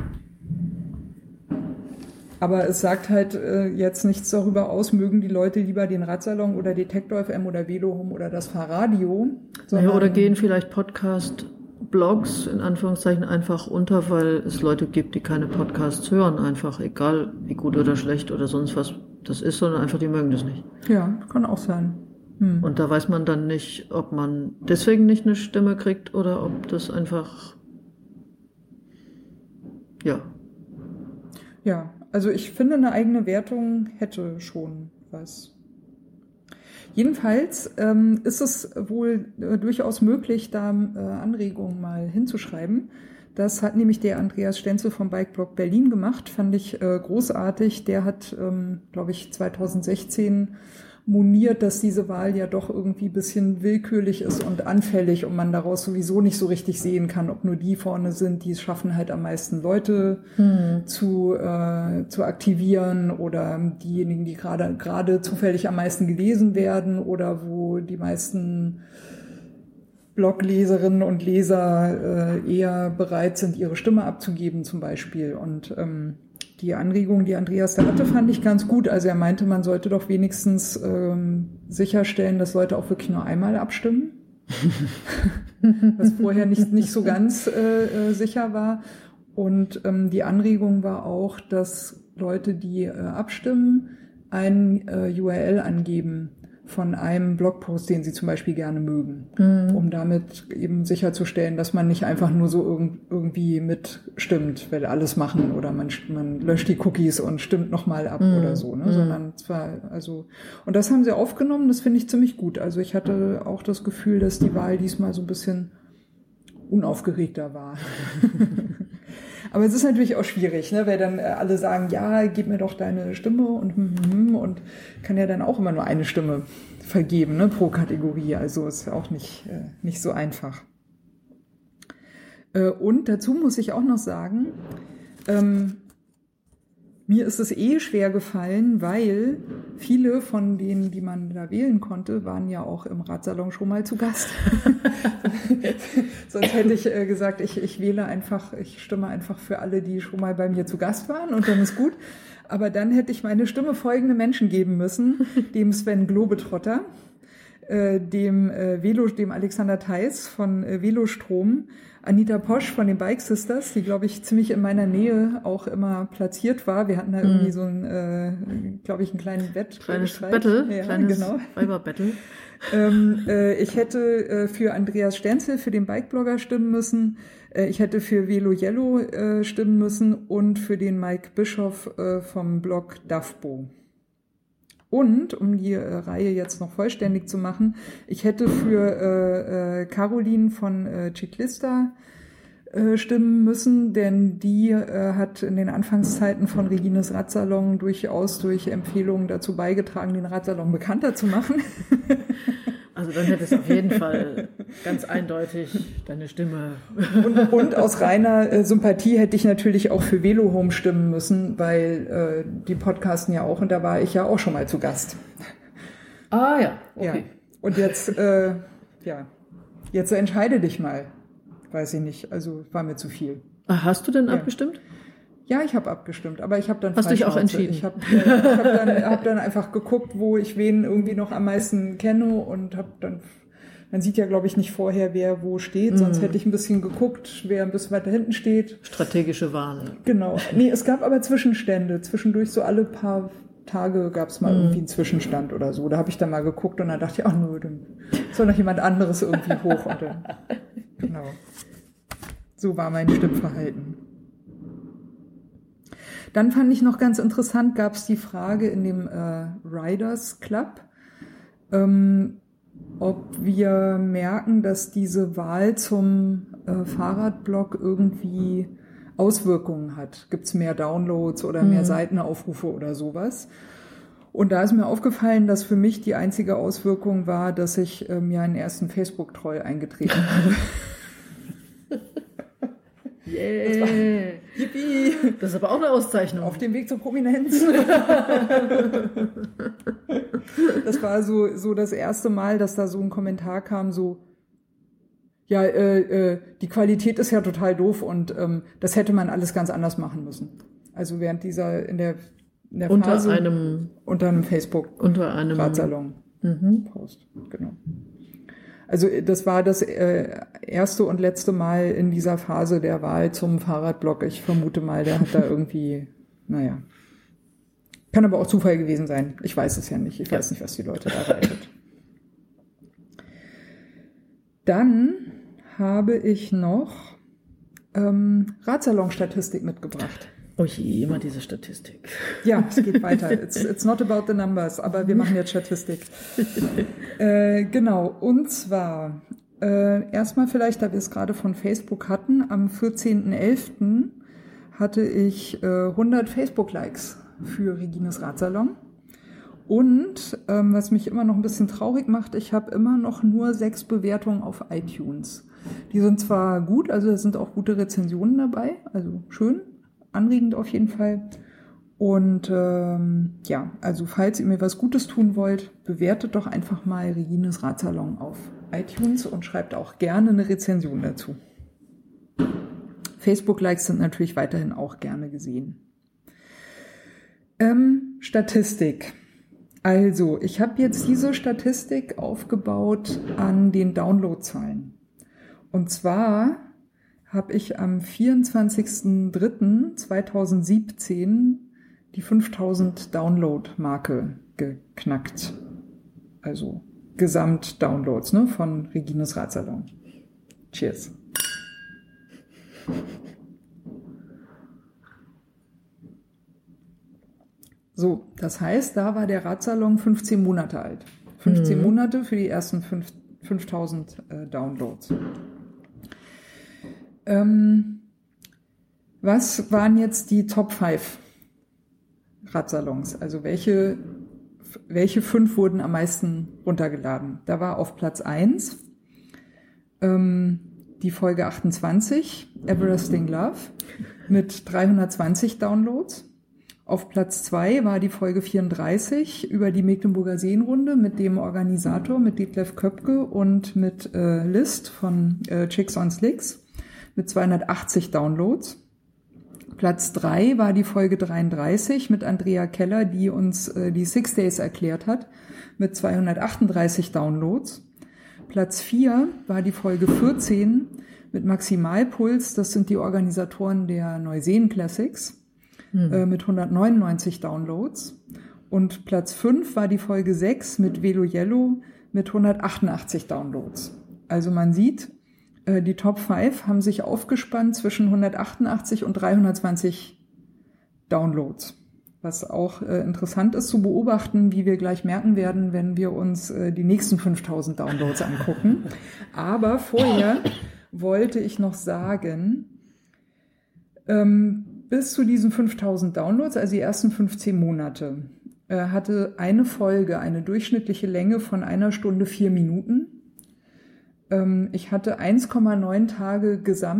Aber es sagt halt jetzt nichts darüber aus, mögen die Leute lieber den Radsalon oder Detektor FM oder Velohome oder das Fahrradio. Oder gehen vielleicht Podcast-Blogs in Anführungszeichen einfach unter, weil es Leute gibt, die keine Podcasts hören, einfach egal wie gut oder schlecht oder sonst was das ist, sondern einfach die mögen das nicht. Ja, kann auch sein. Und da weiß man dann nicht, ob man deswegen nicht eine Stimme kriegt oder ob das einfach, Ja, also ich finde, eine eigene Wertung hätte schon was. Jedenfalls ist es wohl durchaus möglich, da Anregungen mal hinzuschreiben. Das hat nämlich der Andreas Stenzel vom Bikeblog Berlin gemacht, fand ich großartig. Der hat, glaube ich, 2016 moniert, dass diese Wahl ja doch irgendwie ein bisschen willkürlich ist und anfällig und man daraus sowieso nicht so richtig sehen kann, ob nur die vorne sind, die es schaffen, halt am meisten Leute zu aktivieren oder diejenigen, die gerade zufällig am meisten gelesen werden oder wo die meisten Blogleserinnen und Leser eher bereit sind, ihre Stimme abzugeben zum Beispiel. Und die Anregung, die Andreas da hatte, fand ich ganz gut. Also er meinte, man sollte doch wenigstens sicherstellen, dass Leute auch wirklich nur einmal abstimmen. Was vorher nicht so ganz sicher war. Und die Anregung war auch, dass Leute, die abstimmen, ein URL angeben von einem Blogpost, den sie zum Beispiel gerne mögen, um damit eben sicherzustellen, dass man nicht einfach nur so irgendwie mitstimmt, weil alles machen oder man löscht die Cookies und stimmt nochmal ab oder so, ne? Sondern zwar, also, und das haben sie aufgenommen, das finde ich ziemlich gut. Also ich hatte auch das Gefühl, dass die Wahl diesmal so ein bisschen unaufgeregter war. Aber es ist natürlich auch schwierig, ne, weil dann alle sagen, ja, gib mir doch deine Stimme und kann ja dann auch immer nur eine Stimme vergeben, ne, pro Kategorie. Also ist auch nicht so einfach. Und dazu muss ich auch noch sagen, mir ist es schwer gefallen, weil viele von denen, die man da wählen konnte, waren ja auch im Radsalon schon mal zu Gast. Sonst hätte ich gesagt, ich stimme einfach für alle, die schon mal bei mir zu Gast waren und dann ist gut. Aber dann hätte ich meine Stimme folgende Menschen geben müssen, dem Sven Globetrotter, dem Alexander Theis von Velostrom, Anita Posch von den Bike Sisters, die, glaube ich, ziemlich in meiner Nähe auch immer platziert war. Wir hatten da irgendwie so ein, glaube ich, einen kleinen Kleines Battle, ja, kleines genau. Weiber-Battle. Ich hätte für Andreas Stenzel, für den Bikeblogger stimmen müssen. Ich hätte für Velo Yellow stimmen müssen und für den Mike Bischoff vom Blog DAFBO. Und, um die Reihe jetzt noch vollständig zu machen, ich hätte für Caroline von Ciclista stimmen müssen, denn die hat in den Anfangszeiten von Regines Radsalon durchaus durch Empfehlungen dazu beigetragen, den Radsalon bekannter zu machen. Also dann hättest du auf jeden Fall ganz eindeutig deine Stimme. Und aus reiner Sympathie hätte ich natürlich auch für Velo Home stimmen müssen, weil die podcasten ja auch und da war ich ja auch schon mal zu Gast. Ah ja, okay. Ja. Und jetzt, jetzt entscheide dich mal. Weiß ich nicht, also war mir zu viel. Hast du denn abgestimmt? Ja, ich habe abgestimmt, aber ich habe dann Hast du dich auch entschieden? Ich hab dann einfach geguckt, wo ich wen irgendwie noch am meisten kenne und habe dann, man sieht ja, glaube ich, nicht vorher, wer wo steht, sonst hätte ich ein bisschen geguckt, wer ein bisschen weiter hinten steht. Strategische Warnung. Genau. Nee, es gab aber Zwischenstände. Zwischendurch so alle paar Tage gab es mal irgendwie einen Zwischenstand oder so. Da habe ich dann mal geguckt und dann dachte ich, ach nö, dann soll noch jemand anderes irgendwie hoch. Und dann, genau. So war mein Stimmverhalten. Dann fand ich noch ganz interessant, gab es die Frage in dem Riders Club, ob wir merken, dass diese Wahl zum Fahrradblog irgendwie Auswirkungen hat. Gibt es mehr Downloads oder mehr Seitenaufrufe oder sowas? Und da ist mir aufgefallen, dass für mich die einzige Auswirkung war, dass ich mir einen ersten Facebook-Troll eingetreten habe. Yeah. Yippie. Das ist aber auch eine Auszeichnung. Auf dem Weg zur Prominenz. Das war so das erste Mal, dass da so ein Kommentar kam, so, ja, die Qualität ist ja total doof und das hätte man alles ganz anders machen müssen. Also während in der Phase unter einem Facebook Radsalon Post, genau. Also das war das erste und letzte Mal in dieser Phase der Wahl zum Fahrradblog. Ich vermute mal, der hat da irgendwie, naja, kann aber auch Zufall gewesen sein. Ich weiß es ja nicht. Ich weiß nicht, was die Leute da reitet. Dann habe ich noch Radsalon-Statistik mitgebracht. Oh je, immer diese Statistik. Ja, es geht weiter. It's not about the numbers, aber wir machen jetzt Statistik. Genau, und zwar erstmal vielleicht, da wir es gerade von Facebook hatten, am 14.11. hatte ich 100 Facebook-Likes für Regines Radsalon. Und was mich immer noch ein bisschen traurig macht, ich habe immer noch nur 6 Bewertungen auf iTunes. Die sind zwar gut, also da sind auch gute Rezensionen dabei, also schön. Anregend auf jeden Fall. Und ja, also falls ihr mir was Gutes tun wollt, bewertet doch einfach mal Regines Radsalon auf iTunes und schreibt auch gerne eine Rezension dazu. Facebook-Likes sind natürlich weiterhin auch gerne gesehen. Statistik. Also, ich habe jetzt diese Statistik aufgebaut an den Downloadzahlen. Und zwar habe ich am 24.03.2017 die 5000 Download-Marke geknackt. Also Gesamt-Downloads, ne, von Regines Radsalon. Cheers. So, das heißt, da war der Radsalon 15 Monate alt. 15 Monate für die ersten 5000 Downloads. Was waren jetzt die Top 5 Radsalons? Also welche 5 wurden am meisten runtergeladen? Da war auf Platz 1 die Folge 28, Everlasting Love, mit 320 Downloads. Auf Platz 2 war die Folge 34 über die Mecklenburger Seenrunde mit dem Organisator, mit Detlef Köpke und mit List von Chicks on Slicks mit 280 Downloads. Platz 3 war die Folge 33 mit Andrea Keller, die uns die 6 Days erklärt hat, mit 238 Downloads. Platz 4 war die Folge 14 mit Maximalpuls, das sind die Organisatoren der Neuseen Classics, mit 199 Downloads. Und Platz 5 war die Folge 6 mit Velo Yellow mit 188 Downloads. Also man sieht, die Top 5 haben sich aufgespannt zwischen 188 und 320 Downloads. Was auch interessant ist zu beobachten, wie wir gleich merken werden, wenn wir uns die nächsten 5000 Downloads angucken. Aber vorher wollte ich noch sagen, bis zu diesen 5000 Downloads, also die ersten 15 Monate, hatte eine Folge eine durchschnittliche Länge von 1 Stunde 4 Minuten. Ich hatte 1,9 Tage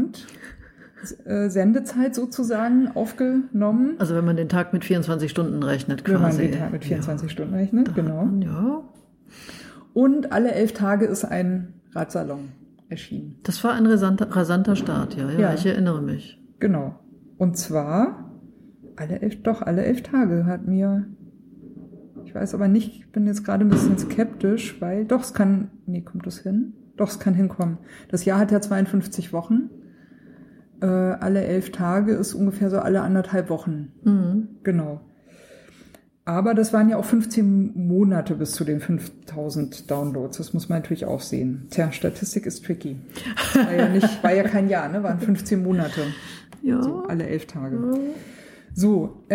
Sendezeit sozusagen aufgenommen. Also wenn man den Tag mit 24 Stunden rechnet quasi. Wenn man den Tag mit 24 Stunden rechnet, genau. Ja. Und alle 11 Tage ist ein Radsalon erschienen. Das war ein rasanter Start, ja, ich erinnere mich. Genau. Und zwar alle 11 Tage hat mir, ich weiß aber nicht, ich bin jetzt gerade ein bisschen skeptisch, weil kommt das hin? Doch, es kann hinkommen. Das Jahr hat ja 52 Wochen. Alle 11 Tage ist ungefähr so alle 1,5 Wochen. Mhm. Genau. Aber das waren ja auch 15 Monate bis zu den 5000 Downloads. Das muss man natürlich auch sehen. Tja, Statistik ist tricky. War ja kein Jahr, ne? Waren 15 Monate. Ja. So, alle 11 Tage. Ja. So,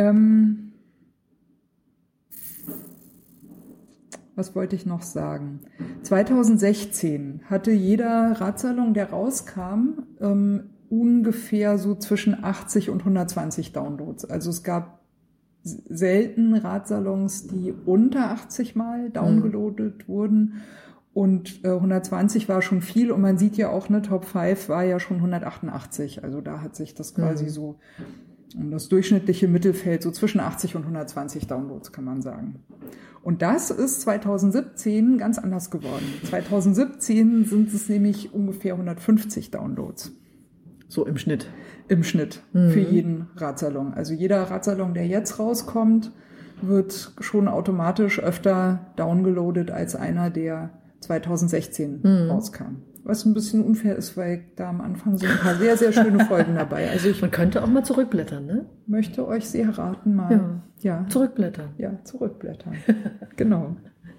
was wollte ich noch sagen? 2016 hatte jeder Radsalon, der rauskam, ungefähr so zwischen 80 und 120 Downloads. Also es gab selten Radsalons, die unter 80 Mal downgeloadet wurden. Und 120 war schon viel. Und man sieht ja auch, ne, Top 5 war ja schon 188. Also da hat sich das quasi so um das durchschnittliche Mittelfeld so zwischen 80 und 120 Downloads, kann man sagen. Und das ist 2017 ganz anders geworden. 2017 sind es nämlich ungefähr 150 Downloads. So im Schnitt? Im Schnitt für jeden Radsalon. Also jeder Radsalon, der jetzt rauskommt, wird schon automatisch öfter downgeloadet als einer, der 2016 rauskam. Was ein bisschen unfair ist, weil da am Anfang sind ein paar sehr, sehr schöne Folgen dabei. Also man könnte auch mal zurückblättern, ne? Möchte euch sehr raten, mal. Ja. Zurückblättern. Ja, zurückblättern. Genau.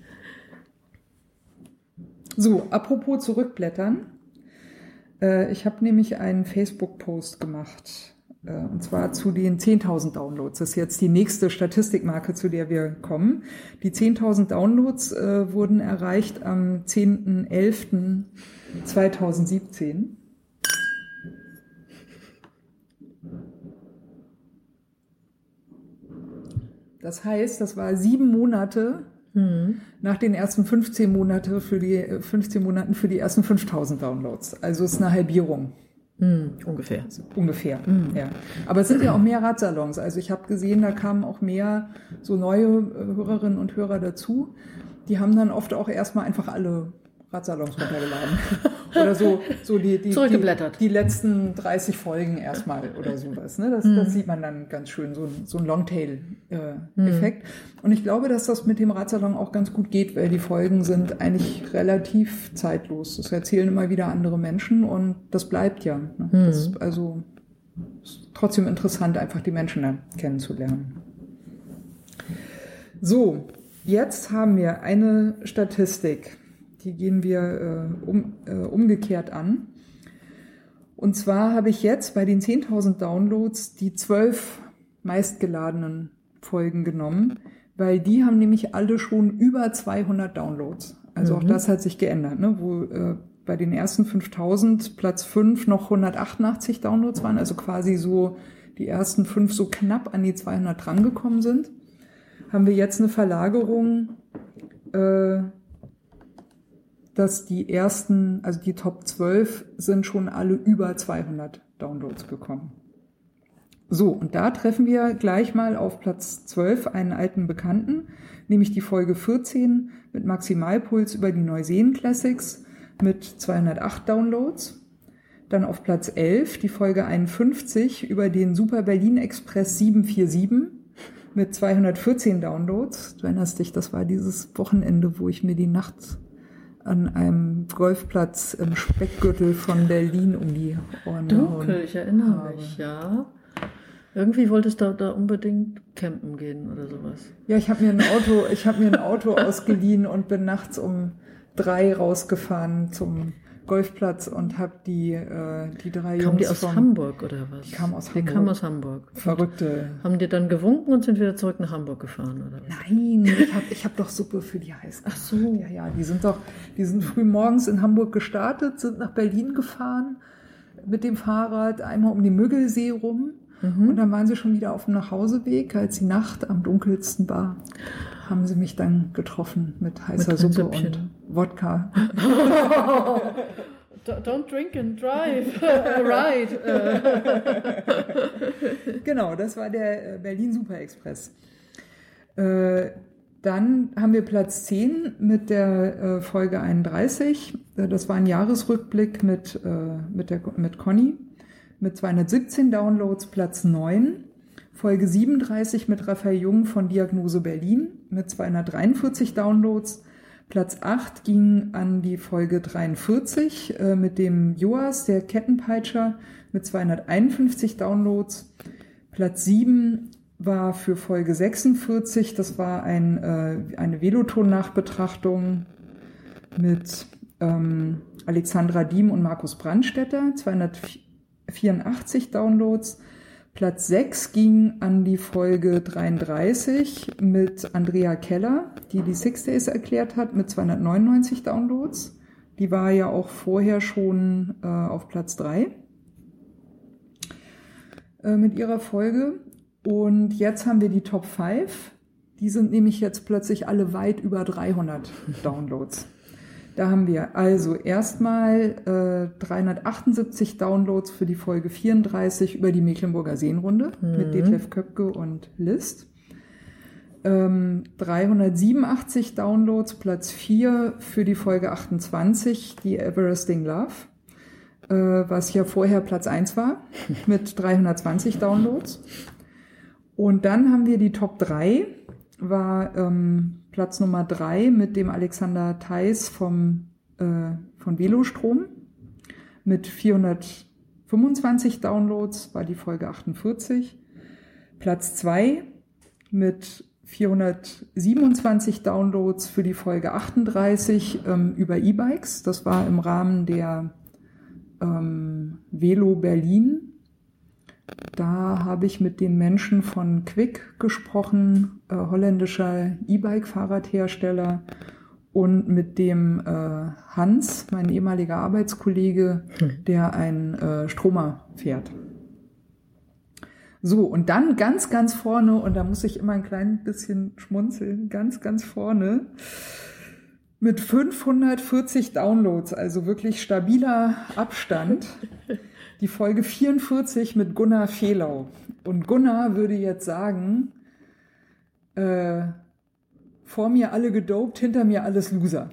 So, apropos zurückblättern. Ich habe nämlich einen Facebook-Post gemacht. Und zwar zu den 10.000 Downloads. Das ist jetzt die nächste Statistikmarke, zu der wir kommen. Die 10.000 Downloads wurden erreicht am 10.11.2017. Das heißt, das war 7 Monate nach den ersten 15 Monaten für die ersten 5.000 Downloads. Also es ist eine Halbierung. Ungefähr. Ungefähr, ja. Aber es sind ja auch mehr Radsalons. Also ich habe gesehen, da kamen auch mehr so neue Hörerinnen und Hörer dazu. Die haben dann oft auch erstmal einfach alle Radsalons runtergeladen. Oder so zurückgeblättert. Die letzten 30 Folgen erstmal oder sowas. Ne? Das sieht man dann ganz schön, so ein Longtail-Effekt. Und ich glaube, dass das mit dem Radsalon auch ganz gut geht, weil die Folgen sind eigentlich relativ zeitlos. Das erzählen immer wieder andere Menschen und das bleibt ja. Ne? Das ist trotzdem interessant, einfach die Menschen dann kennenzulernen. So, jetzt haben wir eine Statistik. Die gehen wir umgekehrt an. Und zwar habe ich jetzt bei den 10.000 Downloads die 12 meistgeladenen Folgen genommen, weil die haben nämlich alle schon über 200 Downloads. Also auch das hat sich geändert, ne? Wo bei den ersten 5.000 Platz 5 noch 188 Downloads waren, also quasi so die ersten 5 so knapp an die 200 drangekommen sind, haben wir jetzt eine Verlagerung, dass die ersten, also die Top 12 sind schon alle über 200 Downloads bekommen. So, und da treffen wir gleich mal auf Platz 12 einen alten Bekannten, nämlich die Folge 14 mit Maximalpuls über die Neuseen Classics mit 208 Downloads. Dann auf Platz 11 die Folge 51 über den Super Berlin Express 747 mit 214 Downloads. Du erinnerst dich, das war dieses Wochenende, wo ich mir die Nacht an einem Golfplatz im Speckgürtel von Berlin um die Ohren gehauen Dunkel, ich erinnere mich, ja. Irgendwie wolltest du da unbedingt campen gehen oder sowas. Ja, ich habe mir ein Auto ausgeliehen und bin nachts um 3 rausgefahren zum Golfplatz und habe die 3 Jungs. Kamen die aus Hamburg oder was? Die kamen aus Die Hamburg. kamen aus Hamburg. Verrückte. Haben die dann gewunken und sind wieder zurück nach Hamburg gefahren oder was? Nein, ich hab doch Suppe für die heiß gemacht. Ach so. Ja, die sind früh morgens in Hamburg gestartet, sind nach Berlin gefahren mit dem Fahrrad, einmal um den Müggelsee rum. Und dann waren sie schon wieder auf dem Nachhauseweg, als die Nacht am dunkelsten war. Haben sie mich dann getroffen mit heißer Suppe und Wodka. Don't drink and drive. Right. Genau, das war der Berlin Super Express. Dann haben wir Platz 10 mit der Folge 31. Das war ein Jahresrückblick mit Conny. Mit 217 Downloads Platz 9. Folge 37 mit Raphael Jung von Diagnose Berlin mit 243 Downloads. Platz 8 ging an die Folge 43 mit dem Joas, der Kettenpeitscher, mit 251 Downloads. Platz 7 war für Folge 46, das war eine Veloton-Nachbetrachtung mit Alexandra Diem und Markus Brandstätter, 284 Downloads. Platz 6 ging an die Folge 33 mit Andrea Keller, die 6 Days erklärt hat, mit 299 Downloads. Die war ja auch vorher schon auf Platz 3 mit ihrer Folge. Und jetzt haben wir die Top 5. Die sind nämlich jetzt plötzlich alle weit über 300 Downloads. Da haben wir also erstmal 378 Downloads für die Folge 34 über die Mecklenburger Seenrunde mit Detlef Köpke und List. 387 Downloads, Platz 4 für die Folge 28, die Everesting Love, was ja vorher Platz 1 war, mit 320 Downloads. Und dann haben wir die Top 3, war Platz Nummer 3 mit dem Alexander Theis von Velostrom mit 425 Downloads, war die Folge 48. Platz 2 mit 427 Downloads für die Folge 38 über E-Bikes. Das war im Rahmen der Velo Berlin. Da habe ich mit den Menschen von Quick gesprochen, holländischer E-Bike-Fahrradhersteller, und mit dem Hans, mein ehemaliger Arbeitskollege, der einen Stromer fährt. So, und dann ganz, ganz vorne, und da muss ich immer ein klein bisschen schmunzeln, ganz, ganz vorne, mit 540 Downloads, also wirklich stabiler Abstand, die Folge 44 mit Gunnar Fehlau. Und Gunnar würde jetzt sagen, vor mir alle gedopt, hinter mir alles Loser.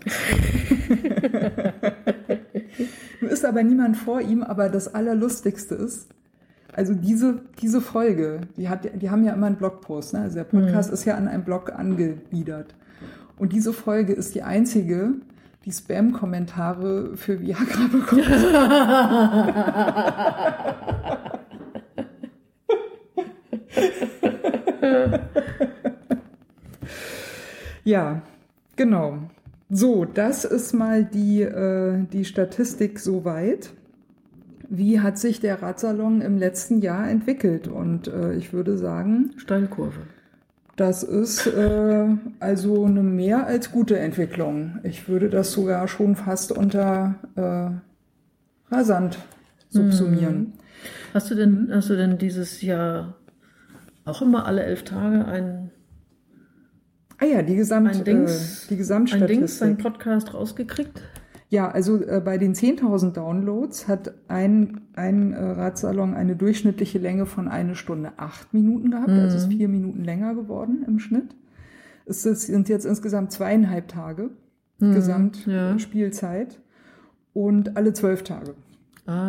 Nun ist aber niemand vor ihm, aber das Allerlustigste ist, also diese Folge, die haben ja immer einen Blogpost, ne? Also der Podcast ist ja an einem Blog angegliedert. Und diese Folge ist die einzige, die Spam-Kommentare für Viagra bekommt. Ja, genau. So, das ist mal die Statistik soweit. Wie hat sich der Radsalon im letzten Jahr entwickelt? Und ich würde sagen, Steilkurve. Das ist also eine mehr als gute Entwicklung. Ich würde das sogar schon fast unter rasant subsumieren. Hast du denn dieses Jahr auch immer alle 11 Tage die Gesamtstatistik. einen Podcast rausgekriegt? Ja, also bei den 10.000 Downloads hat ein Radsalon eine durchschnittliche Länge von 1 Stunde 8 Minuten gehabt, also ist 4 Minuten länger geworden im Schnitt. Es sind jetzt insgesamt 2,5 Tage Gesamtspielzeit und alle 12 Tage. Ah ja.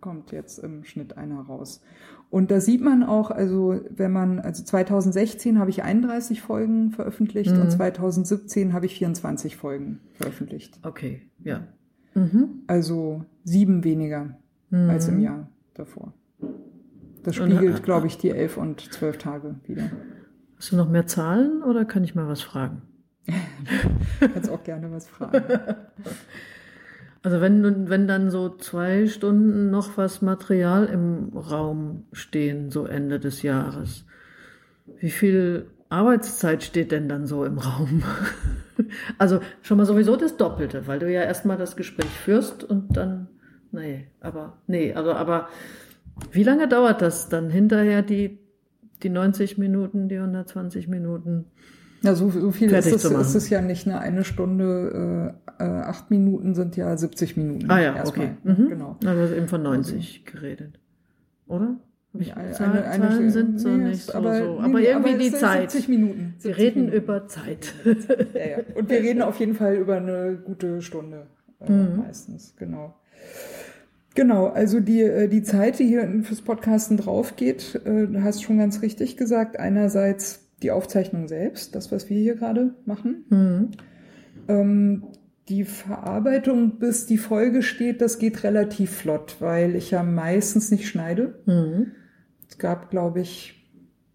kommt jetzt im Schnitt einer raus. Und da sieht man auch, also 2016 habe ich 31 Folgen veröffentlicht und 2017 habe ich 24 Folgen veröffentlicht. Okay, ja. Also 7 weniger als im Jahr davor. Das spiegelt, glaube ich, die 11 und 12 Tage wieder. Hast du noch mehr Zahlen oder kann ich mal was fragen? Du kannst auch gerne was fragen. Also wenn dann so 2 Stunden noch was Material im Raum stehen, so Ende des Jahres, wie viel Arbeitszeit steht denn dann so im Raum? Also schon mal sowieso das Doppelte, weil du ja erstmal das Gespräch führst und dann, aber wie lange dauert das dann hinterher, die 90 Minuten, die 120 Minuten? Ja, so viel ist es ja nicht. Eine Stunde, 8 Minuten sind ja 70 Minuten. Ah ja, erstmal. Okay. Genau. Aber du hast eben von 90 geredet, oder? Zahlen sind so nicht so. Aber irgendwie die Zeit. 70 Minuten. Wir reden über Zeit. Ja. Und wir reden auf jeden Fall über eine gute Stunde meistens, genau. Genau, also die Zeit, die hier fürs Podcasten drauf geht, du hast schon ganz richtig gesagt, einerseits die Aufzeichnung selbst, das, was wir hier gerade machen. Die Verarbeitung, bis die Folge steht, das geht relativ flott, weil ich ja meistens nicht schneide. Es gab, glaube ich,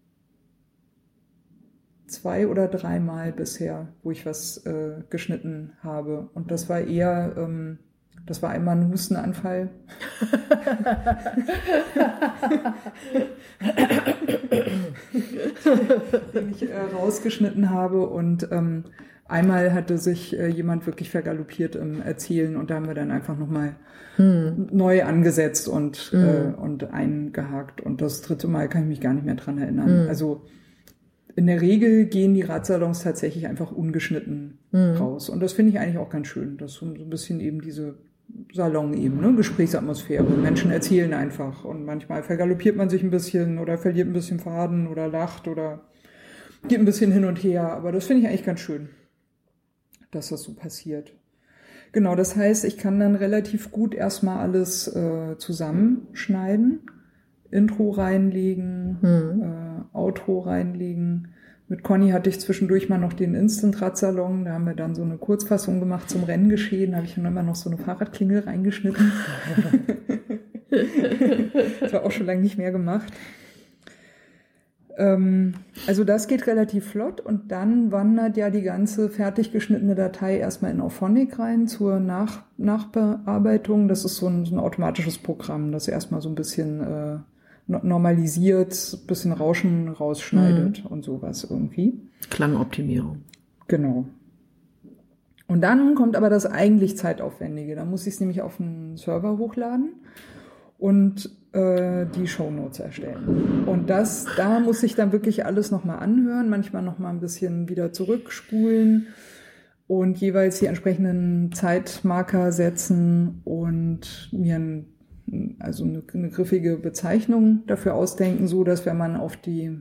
2 oder 3 Mal bisher, wo ich was geschnitten habe. Und das war eher... Das war einmal ein Hustenanfall. Den ich rausgeschnitten habe. Und einmal hatte sich jemand wirklich vergaloppiert im Erzählen. Und da haben wir dann einfach nochmal neu angesetzt und eingehakt. Und das 3. Mal kann ich mich gar nicht mehr dran erinnern. Also in der Regel gehen die Radsalons tatsächlich einfach ungeschnitten raus. Und das finde ich eigentlich auch ganz schön. Das ist so ein bisschen eben diese Salon-Ebene, Gesprächsatmosphäre. Menschen erzählen einfach und manchmal vergaloppiert man sich ein bisschen oder verliert ein bisschen Faden oder lacht oder geht ein bisschen hin und her. Aber das finde ich eigentlich ganz schön, dass das so passiert. Genau, das heißt, ich kann dann relativ gut erstmal alles zusammenschneiden, Intro reinlegen, Outro reinlegen. Mit Conny hatte ich zwischendurch mal noch den Instant-Radsalon. Da haben wir dann so eine Kurzfassung gemacht zum Renngeschehen. Da habe ich dann immer noch so eine Fahrradklingel reingeschnitten. Das war auch schon lange nicht mehr gemacht. Also das geht relativ flott. Und dann wandert ja die ganze fertig geschnittene Datei erstmal in Auphonic rein zur Nachbearbeitung. Das ist so ein automatisches Programm, das erstmal so ein bisschen... normalisiert, ein bisschen Rauschen rausschneidet und sowas irgendwie. Klangoptimierung. Genau. Und dann kommt aber das eigentlich Zeitaufwendige. Da muss ich es nämlich auf einen Server hochladen und die Shownotes erstellen. Und da muss ich dann wirklich alles nochmal anhören, manchmal nochmal ein bisschen wieder zurückspulen und jeweils die entsprechenden Zeitmarker setzen und mir eine griffige Bezeichnung dafür ausdenken, so dass wenn man auf die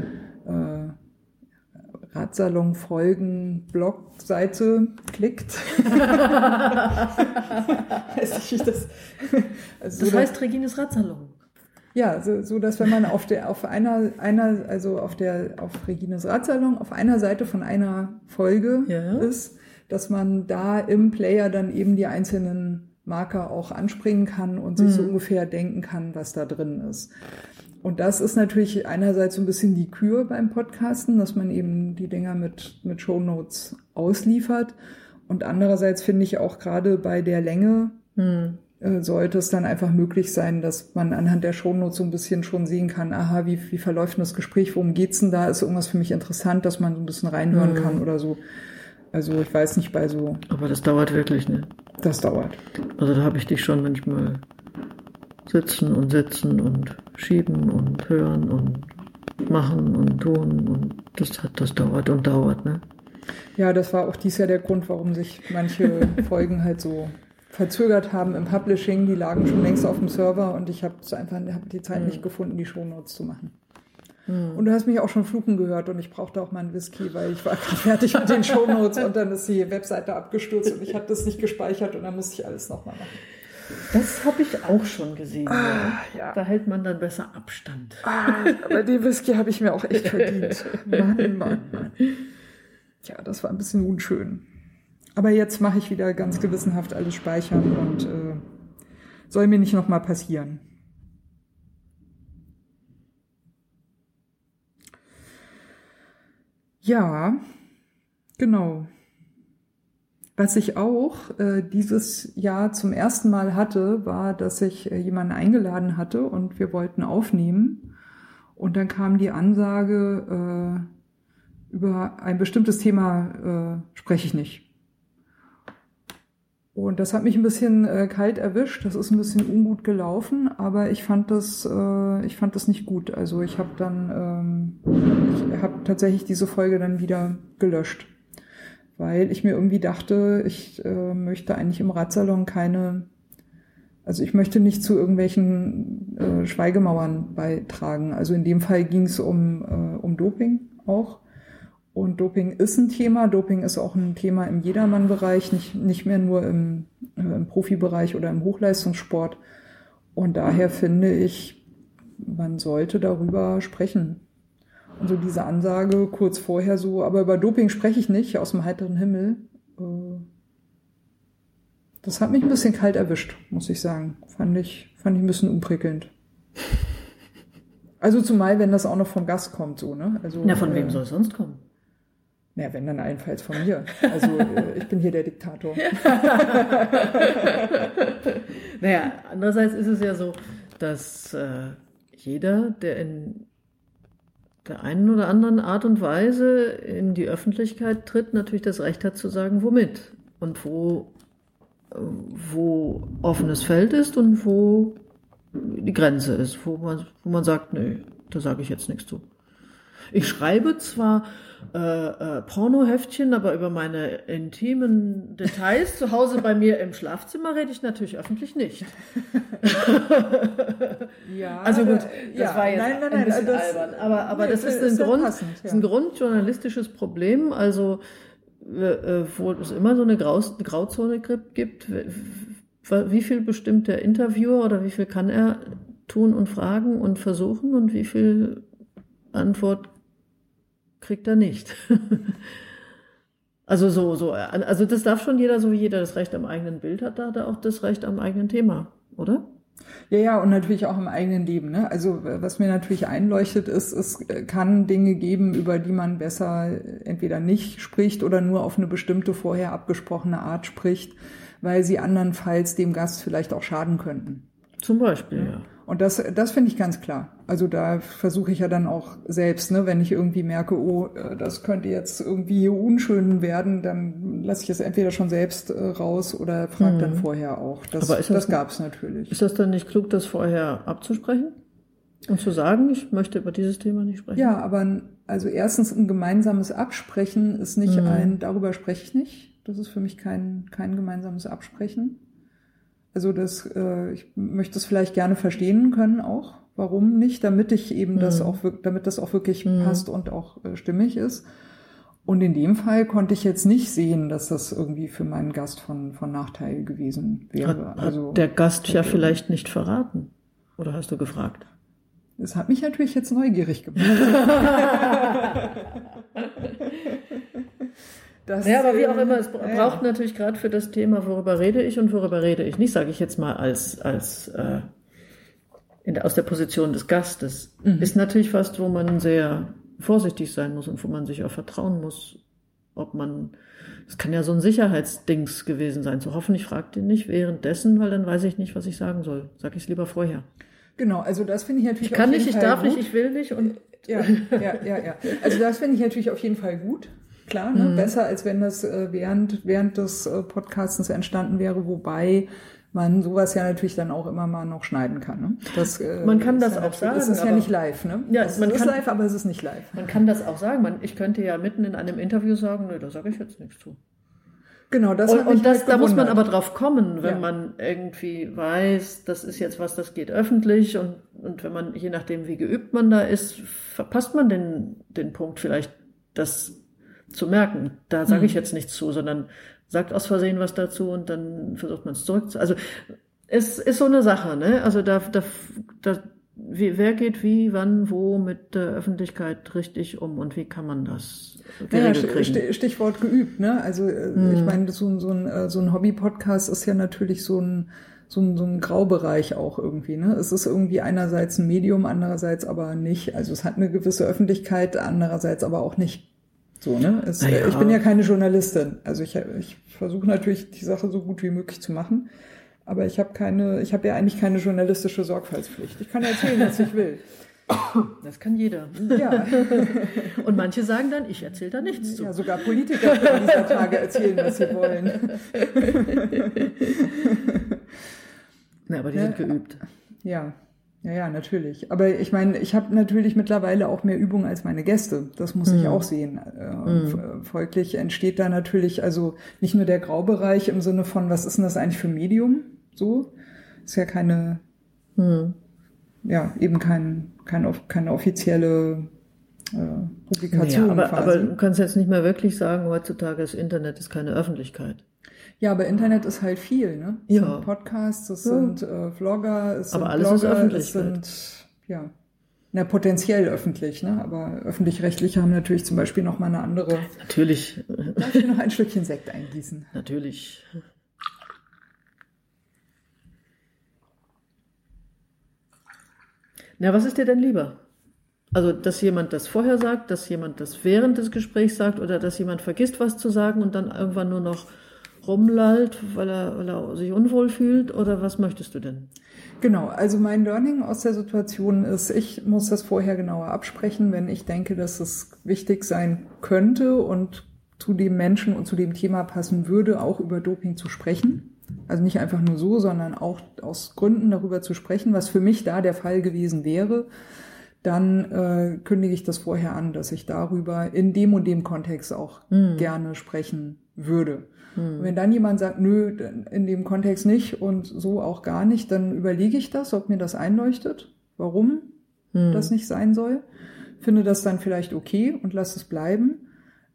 Radsalon-Folgen-Blog-Seite klickt. Weiß ich das. Also das heißt Regines Radsalon. Ja, so dass wenn man auf Regines Radsalon auf einer Seite von einer Folge ist, dass man da im Player dann eben die einzelnen Marker auch anspringen kann und sich so ungefähr denken kann, was da drin ist. Und das ist natürlich einerseits so ein bisschen die Kür beim Podcasten, dass man eben die Dinger mit Shownotes ausliefert. Und andererseits finde ich auch gerade bei der Länge sollte es dann einfach möglich sein, dass man anhand der Shownotes so ein bisschen schon sehen kann, aha, wie verläuft denn das Gespräch, worum geht's denn da? Ist irgendwas für mich interessant, dass man so ein bisschen reinhören kann oder so. Also ich weiß nicht, bei so... Aber das dauert wirklich, ne? Das dauert. Also da habe ich dich schon manchmal sitzen und schieben und hören und machen und tun und das dauert und dauert, ne? Ja, das war auch dies Jahr der Grund, warum sich manche Folgen halt so verzögert haben im Publishing. Die lagen schon längst auf dem Server und ich habe die Zeit nicht gefunden, die Shownotes zu machen. Und du hast mich auch schon fluchen gehört und ich brauchte auch mal einen Whisky, weil ich war gerade fertig mit den Shownotes und dann ist die Webseite abgestürzt und ich habe das nicht gespeichert und dann musste ich alles nochmal machen. Das habe ich auch schon gesehen. Ja. Da hält man dann besser Abstand. Aber den Whisky habe ich mir auch echt verdient. Mann. Ja, das war ein bisschen unschön. Aber jetzt mache ich wieder ganz gewissenhaft alles speichern und soll mir nicht nochmal passieren. Ja, genau. Was ich auch dieses Jahr zum ersten Mal hatte, war, dass ich jemanden eingeladen hatte und wir wollten aufnehmen. Und dann kam die Ansage, über ein bestimmtes Thema spreche ich nicht. Und das hat mich ein bisschen kalt erwischt. Das ist ein bisschen ungut gelaufen, aber ich fand das nicht gut. Also ich habe tatsächlich diese Folge dann wieder gelöscht, weil ich mir irgendwie dachte, ich möchte eigentlich im Radsalon ich möchte nicht zu irgendwelchen Schweigemauern beitragen. Also in dem Fall ging es um Doping auch. Und Doping ist ein Thema. Doping ist auch ein Thema im Jedermann-Bereich, nicht mehr nur im Profibereich oder im Hochleistungssport. Und daher finde ich, man sollte darüber sprechen. Und so diese Ansage kurz vorher so, aber über Doping spreche ich nicht, aus dem heiteren Himmel. Das hat mich ein bisschen kalt erwischt, muss ich sagen. Fand ich ein bisschen unprickelnd. Also zumal, wenn das auch noch vom Gast kommt, so, ne? Also, Na, von wem soll es sonst kommen? Na, wenn dann allenfalls von mir. Also ich bin hier der Diktator. Naja, andererseits ist es ja so, dass jeder, der in der einen oder anderen Art und Weise in die Öffentlichkeit tritt, natürlich das Recht hat zu sagen, womit und wo offenes Feld ist und wo die Grenze ist, wo man sagt, nee, da sage ich jetzt nichts zu. Ich schreibe zwar Pornoheftchen, aber über meine intimen Details zu Hause bei mir im Schlafzimmer rede ich natürlich öffentlich nicht. Ja, also gut, das war jetzt nein, ein bisschen albern, aber das ist ein grundjournalistisches Problem, also wo es immer so eine Grauzone gibt, wie viel bestimmt der Interviewer oder wie viel kann er tun und fragen und versuchen und wie viel Antwort kriegt er nicht. Also das darf schon jeder, so wie jeder das Recht am eigenen Bild hat, da hat er auch das Recht am eigenen Thema, oder? Ja, und natürlich auch im eigenen Leben, ne? Also was mir natürlich einleuchtet ist, es kann Dinge geben, über die man besser entweder nicht spricht oder nur auf eine bestimmte vorher abgesprochene Art spricht, weil sie andernfalls dem Gast vielleicht auch schaden könnten. Zum Beispiel, ja. Und das finde ich ganz klar. Also da versuche ich ja dann auch selbst, ne, wenn ich irgendwie merke, oh, das könnte jetzt irgendwie unschön werden, dann lasse ich es entweder schon selbst raus oder frage dann vorher auch. Das gab es natürlich. Ist das dann nicht klug, das vorher abzusprechen und zu sagen, ich möchte über dieses Thema nicht sprechen? Ja, aber also erstens ein gemeinsames Absprechen ist nicht darüber spreche ich nicht. Das ist für mich kein gemeinsames Absprechen. Also ich möchte es vielleicht gerne verstehen können auch. Warum nicht? Damit ich eben damit das auch wirklich passt und auch stimmig ist. Und in dem Fall konnte ich jetzt nicht sehen, dass das irgendwie für meinen Gast von Nachteil gewesen wäre. Hat der Gast ja vielleicht nicht verraten? Oder hast du gefragt? Das hat mich natürlich jetzt neugierig gemacht. Aber wie auch immer, es braucht natürlich gerade für das Thema, worüber rede ich und worüber rede ich nicht, sage ich jetzt mal aus der Position des Gastes, ist natürlich was, wo man sehr vorsichtig sein muss und wo man sich auch vertrauen muss, das kann ja so ein Sicherheitsdings gewesen sein, zu hoffen, ich frage den nicht währenddessen, weil dann weiß ich nicht, was ich sagen soll, sage ich es lieber vorher. Genau, also das finde ich natürlich ich kann nicht, ich darf nicht, ich will nicht und ja. Also das finde ich natürlich auf jeden Fall gut. Klar, ne? Besser als wenn das während des Podcastens entstanden wäre, wobei man sowas ja natürlich dann auch immer mal noch schneiden kann. Ne? Man kann das auch sagen. Es ist ja nicht live, ne? Ja, es ist live, aber es ist nicht live. Man kann das auch sagen. Ich könnte ja mitten in einem Interview sagen, nö, da sage ich jetzt nichts zu. Genau, da muss man aber drauf kommen, wenn man irgendwie weiß, das ist jetzt was, das geht öffentlich und wenn man, je nachdem wie geübt man da ist, verpasst man den Punkt vielleicht, das zu merken. Da sage ich jetzt nichts zu, sondern sagt aus Versehen was dazu und dann versucht man es zurück. Also Es ist so eine Sache, ne? Also wer geht wie, wann, wo mit der Öffentlichkeit richtig um und wie kann man das geregelt kriegen? Stichwort geübt, ne? Also ich meine, so ein Hobby-Podcast ist ja natürlich so ein Graubereich auch irgendwie, ne? Es ist irgendwie einerseits ein Medium, andererseits aber nicht. Also es hat eine gewisse Öffentlichkeit, andererseits aber auch nicht. So, ne? Ich bin ja keine Journalistin. Also ich versuche natürlich die Sache so gut wie möglich zu machen. Aber ich habe ja eigentlich keine journalistische Sorgfaltspflicht. Ich kann erzählen, was ich will. Das kann jeder. Ja. Und manche sagen dann, ich erzähle da nichts zu. Ja, sogar Politiker können dieser Tage erzählen, was sie wollen. Na, aber die sind geübt. Ja, natürlich. Aber ich meine, ich habe natürlich mittlerweile auch mehr Übung als meine Gäste. Das muss ich auch sehen. Folglich entsteht da natürlich also nicht nur der Graubereich im Sinne von, was ist denn das eigentlich für ein Medium? So ist ja keine, eben keine offizielle Publikation. Ja, aber du kannst jetzt nicht mehr wirklich sagen, heutzutage das Internet ist keine Öffentlichkeit. Ja, aber Internet ist halt viel, ne? Es sind Podcasts, es sind Vlogger, es sind alles Blogger, ist öffentlich. Es sind, potenziell öffentlich, ne? Aber öffentlich-rechtliche haben natürlich zum Beispiel noch mal eine andere... Natürlich. Darf ich noch ein Stückchen Sekt eingießen? Natürlich. Na, was ist dir denn lieber? Also, dass jemand das vorher sagt, dass jemand das während des Gesprächs sagt oder dass jemand vergisst, was zu sagen und dann irgendwann nur noch rumlallt, weil er sich unwohl fühlt, oder was möchtest du denn? Genau, also mein Learning aus der Situation ist, ich muss das vorher genauer absprechen, wenn ich denke, dass es wichtig sein könnte und zu dem Menschen und zu dem Thema passen würde, auch über Doping zu sprechen. Also nicht einfach nur so, sondern auch aus Gründen darüber zu sprechen, was für mich da der Fall gewesen wäre. Dann kündige ich das vorher an, dass ich darüber in dem und dem Kontext auch gerne sprechen würde. Und wenn dann jemand sagt, nö, in dem Kontext nicht und so auch gar nicht, dann überlege ich das, ob mir das einleuchtet, warum das nicht sein soll. Finde das dann vielleicht okay und lasse es bleiben.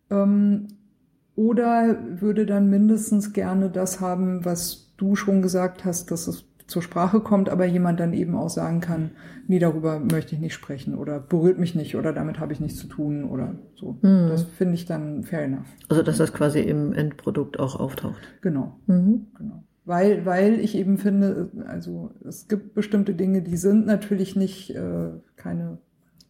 Oder würde dann mindestens gerne das haben, was du schon gesagt hast, dass es zur Sprache kommt, aber jemand dann eben auch sagen kann, nee, darüber möchte ich nicht sprechen oder berührt mich nicht oder damit habe ich nichts zu tun oder so. Das finde ich dann fair enough. Also, dass das quasi im Endprodukt auch auftaucht. Genau. Genau. Weil ich eben finde, also es gibt bestimmte Dinge, die sind natürlich nicht keine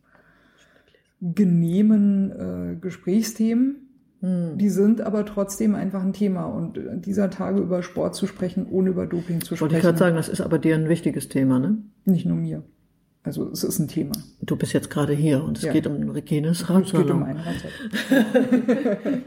genehmen Gesprächsthemen. Die sind aber trotzdem einfach ein Thema. Und dieser Tage über Sport zu sprechen, ohne über Doping zu sprechen. Wollte ich gerade sagen, das ist aber dir ein wichtiges Thema, ne? Nicht nur mir. Also es ist ein Thema. Du bist jetzt gerade hier und es geht um Regines Radsalon. Es geht um einen Radsalon.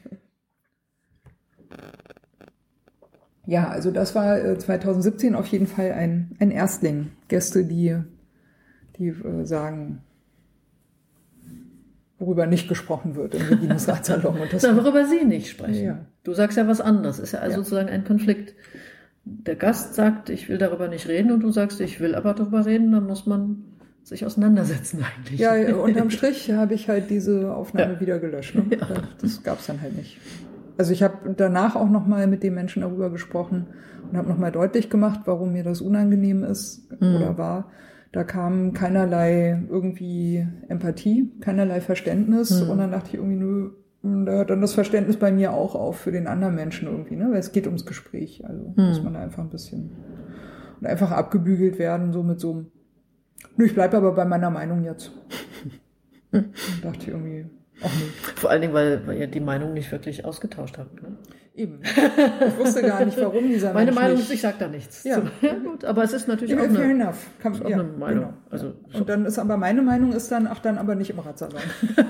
Ja, also das war 2017 auf jeden Fall ein Erstling. Gäste, die sagen, worüber nicht gesprochen wird im Regines Radsalon. Worüber sie nicht sprechen. Ja. Du sagst ja was anderes. Ist ja also sozusagen ein Konflikt. Der Gast sagt, ich will darüber nicht reden und du sagst, ich will aber darüber reden, dann muss man sich auseinandersetzen eigentlich. Ja, unterm Strich habe ich halt diese Aufnahme wieder gelöscht. Ne? Ja. Das gab es dann halt nicht. Also ich habe danach auch nochmal mit dem Menschen darüber gesprochen und habe nochmal deutlich gemacht, warum mir das unangenehm ist oder war. Da kam keinerlei irgendwie Empathie, keinerlei Verständnis und dann dachte ich irgendwie, nö, da hört dann das Verständnis bei mir auch auf für den anderen Menschen irgendwie, ne? Weil es geht ums Gespräch, also muss man da einfach ein bisschen und einfach abgebügelt werden, so mit so einem, nö, ich bleibe aber bei meiner Meinung jetzt. Und dachte ich irgendwie, auch nicht. Vor allen Dingen, weil ihr die Meinung nicht wirklich ausgetauscht habt, ne? Eben. Ich wusste gar nicht, warum dieser Meine Mensch Meinung nicht. ist, ich sag da nichts. Ja. Ja gut, aber es ist natürlich auch fair eine, enough. auch eine Meinung. Genau. Also, und dann ist aber meine Meinung ist dann aber nicht im Radsalon.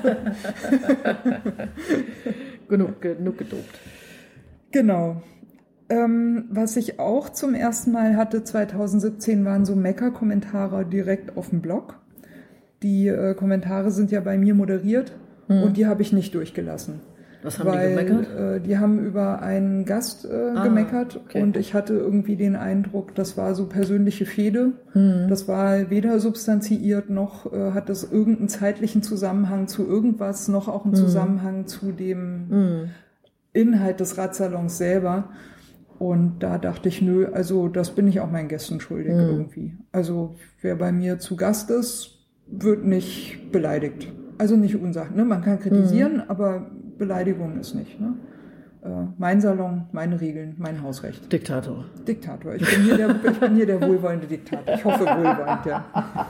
genug gedopt. Genau. Was ich auch zum ersten Mal hatte 2017 waren so Mecker-Kommentare direkt auf dem Blog. Die Kommentare sind ja bei mir moderiert und die habe ich nicht durchgelassen. Was haben die gemeckert? Die haben über einen Gast gemeckert und ich hatte irgendwie den Eindruck, das war so persönliche Fehde. Das war weder substanziiert, noch hat das irgendeinen zeitlichen Zusammenhang zu irgendwas, noch auch einen Zusammenhang zu dem Inhalt des Radsalons selber. Und da dachte ich, nö, also das bin ich auch meinen Gästen schuldig irgendwie. Also wer bei mir zu Gast ist, wird nicht beleidigt. Also nicht unsachlich. Ne? Man kann kritisieren, aber Beleidigung ist nicht. Ne? Mein Salon, meine Regeln, mein Hausrecht. Diktator. Diktator. Ich bin hier der wohlwollende Diktator. Ich hoffe wohlwollend, ja.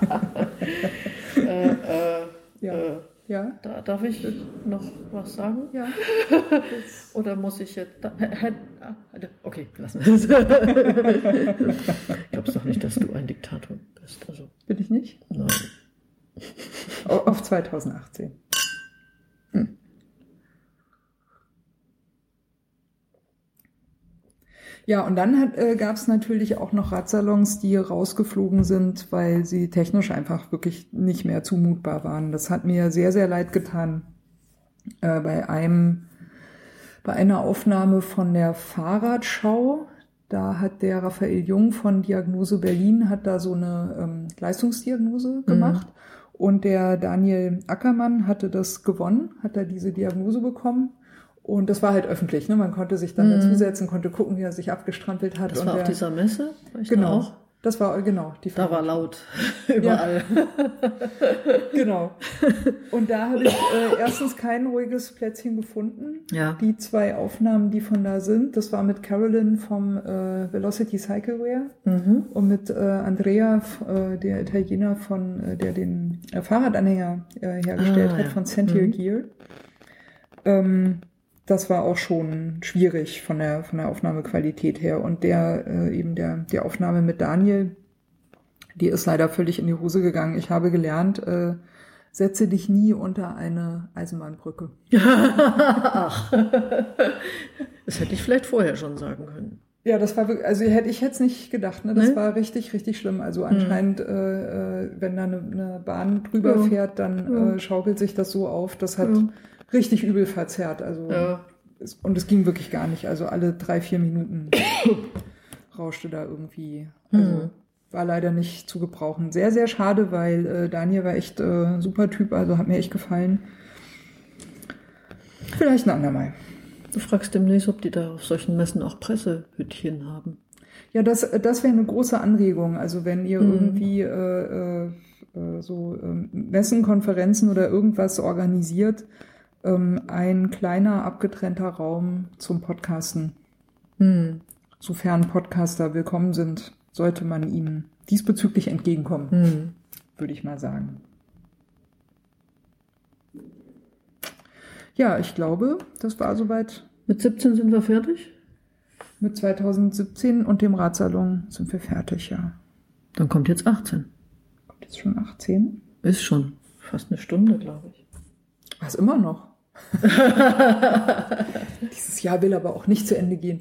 Ja. Darf ich noch was sagen? Ja. Oder muss ich jetzt... Okay, lassen wir es. Ich glaube doch nicht, dass du ein Diktator bist. Also. Bin ich nicht? Nein. Auf 2018. Ja, und dann gab es natürlich auch noch Radsalons, die rausgeflogen sind, weil sie technisch einfach wirklich nicht mehr zumutbar waren. Das hat mir sehr, sehr leid getan. Bei einer Aufnahme von der Fahrradschau, da hat der Raphael Jung von Diagnose Berlin hat da so eine Leistungsdiagnose gemacht. Und der Daniel Ackermann hatte das gewonnen, hat da diese Diagnose bekommen. Und das war halt öffentlich, ne? Man konnte sich dann dazusetzen, konnte gucken, wie er sich abgestrampelt hat. Das war auf dieser Messe? Genau. Auch? Das war, genau. Da war laut. Überall. Ja. Genau. Und da habe ich erstens kein ruhiges Plätzchen gefunden. Ja. Die 2 Aufnahmen, die von da sind, das war mit Carolyn vom Velocity Cyclewear und mit Andrea, der Italiener, der den Fahrradanhänger hergestellt hat, von Sentier Gear. Das war auch schon schwierig von der Aufnahmequalität her. Und die Aufnahme mit Daniel, die ist leider völlig in die Hose gegangen. Ich habe gelernt, setze dich nie unter eine Eisenbahnbrücke. Ach. Das hätte ich vielleicht vorher schon sagen können. Ja, das war wirklich, also ich hätte es nicht gedacht, ne? Das war richtig, richtig schlimm. Also anscheinend, wenn da eine Bahn drüber fährt, dann schaukelt sich das so auf. Das hat richtig übel verzerrt. Also und es ging wirklich gar nicht. Also alle 3-4 Minuten rauschte da irgendwie. Also war leider nicht zu gebrauchen. Sehr, sehr schade, weil Daniel war echt ein super Typ, also hat mir echt gefallen. Vielleicht ein andermal. Du fragst demnächst, ob die da auf solchen Messen auch Pressehütchen haben. Ja, das wäre eine große Anregung. Also wenn ihr irgendwie Messen, Konferenzen oder irgendwas organisiert, ein kleiner, abgetrennter Raum zum Podcasten. Sofern Podcaster willkommen sind, sollte man ihnen diesbezüglich entgegenkommen, würde ich mal sagen. Ja, ich glaube, das war soweit. Mit 17 sind wir fertig? Mit 2017 und dem Radsalon sind wir fertig, ja. Dann kommt jetzt 18. Kommt jetzt schon 18? Ist schon fast eine Stunde, glaube ich. Was immer noch. Dieses Jahr will aber auch nicht zu Ende gehen.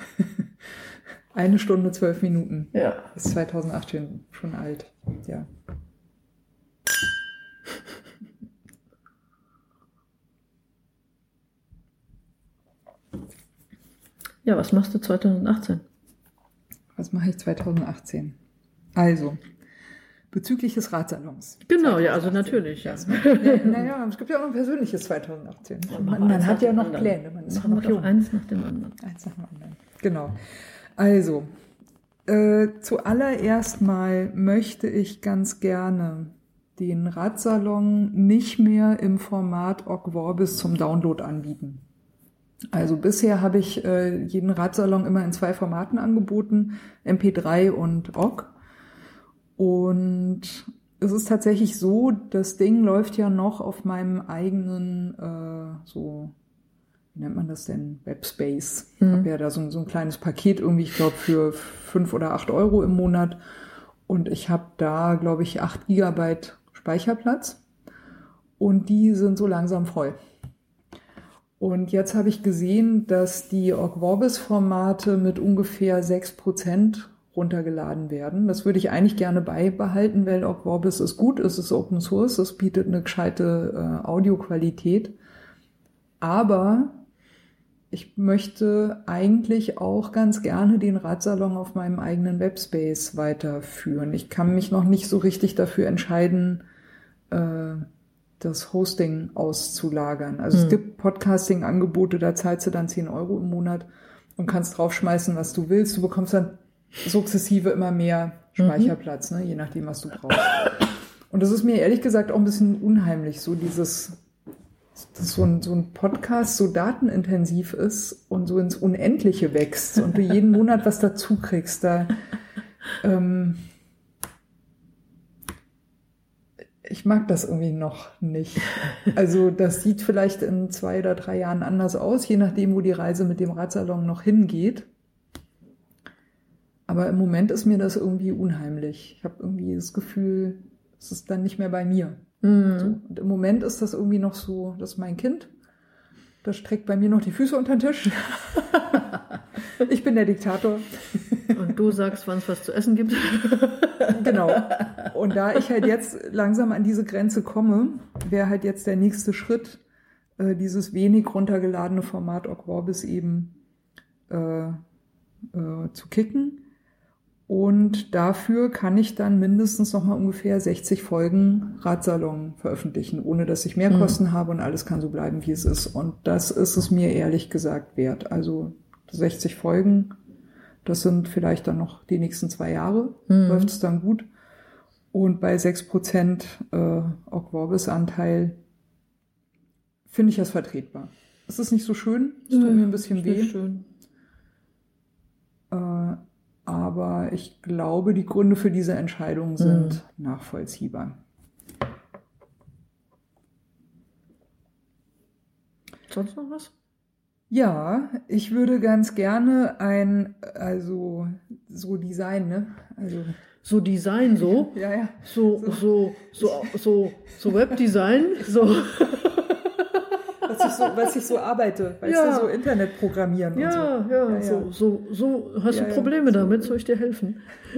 1 Stunde 12 Minuten. Ja. Ist 2018 schon alt. Ja. Ja, was machst du 2018? Was mache ich 2018? Also, bezüglich des Radsalons. Genau, 2018. Ja, also natürlich. Ja. Naja, es gibt ja auch noch ein persönliches 2018. Man hat ja noch Pläne. Man ist noch jung. Eins nach dem anderen. Eins nach dem anderen. Genau. Also, zuallererst mal möchte ich ganz gerne den Radsalon nicht mehr im Format Ogg Vorbis zum Download anbieten. Also bisher habe ich jeden Radsalon immer in 2 Formaten angeboten, MP3 und Ogg. Und es ist tatsächlich so, das Ding läuft ja noch auf meinem eigenen, wie nennt man das denn, Webspace. Ich habe ja da so ein kleines Paket irgendwie, ich glaube für 5 oder 8 Euro im Monat. Und ich habe da, glaube ich, 8 Gigabyte Speicherplatz. Und die sind so langsam voll. Und jetzt habe ich gesehen, dass die Ogg Vorbis-Formate mit ungefähr 6% runtergeladen werden. Das würde ich eigentlich gerne beibehalten, weil Ogg Vorbis ist gut, es ist Open Source, es bietet eine gescheite Audioqualität. Aber ich möchte eigentlich auch ganz gerne den Radsalon auf meinem eigenen Webspace weiterführen. Ich kann mich noch nicht so richtig dafür entscheiden, das Hosting auszulagern. Also es gibt Podcasting-Angebote, da zahlst du dann 10 Euro im Monat und kannst draufschmeißen, was du willst. Du bekommst dann sukzessive immer mehr Speicherplatz, ne, je nachdem, was du brauchst. Und das ist mir ehrlich gesagt auch ein bisschen unheimlich, so dass so ein Podcast so datenintensiv ist und so ins Unendliche wächst und du jeden Monat was dazu kriegst. Ich mag das irgendwie noch nicht. Also das sieht vielleicht in 2 oder 3 Jahren anders aus, je nachdem, wo die Reise mit dem Radsalon noch hingeht. Aber im Moment ist mir das irgendwie unheimlich. Ich habe irgendwie das Gefühl, es ist dann nicht mehr bei mir. Mhm. So. Und im Moment ist das irgendwie noch so, das ist mein Kind. Das streckt bei mir noch die Füße unter den Tisch. Ich bin der Diktator. Und du sagst, wann es was zu essen gibt. Genau. Und da ich halt jetzt langsam an diese Grenze komme, wäre halt jetzt der nächste Schritt, dieses wenig runtergeladene Format Ogg Vorbis eben zu kicken. Und dafür kann ich dann mindestens nochmal ungefähr 60 Folgen Radsalon veröffentlichen, ohne dass ich Mehrkosten habe und alles kann so bleiben, wie es ist. Und das ist es mir ehrlich gesagt wert. Also 60 Folgen, das sind vielleicht dann noch die nächsten 2 Jahre, läuft es dann gut. Und bei 6% Ogg Vorbis Anteil finde ich das vertretbar. Es ist nicht so schön, es tut mir ein bisschen weh. Schön. Aber ich glaube, die Gründe für diese Entscheidung sind nachvollziehbar. Sonst noch was? Ja, ich würde ganz gerne also so Design, ne? Also So Design, so? ja. So Webdesign, so. Was ich so arbeite, weißt du, so Internet programmieren und so. So hast du Probleme damit, soll ich dir helfen?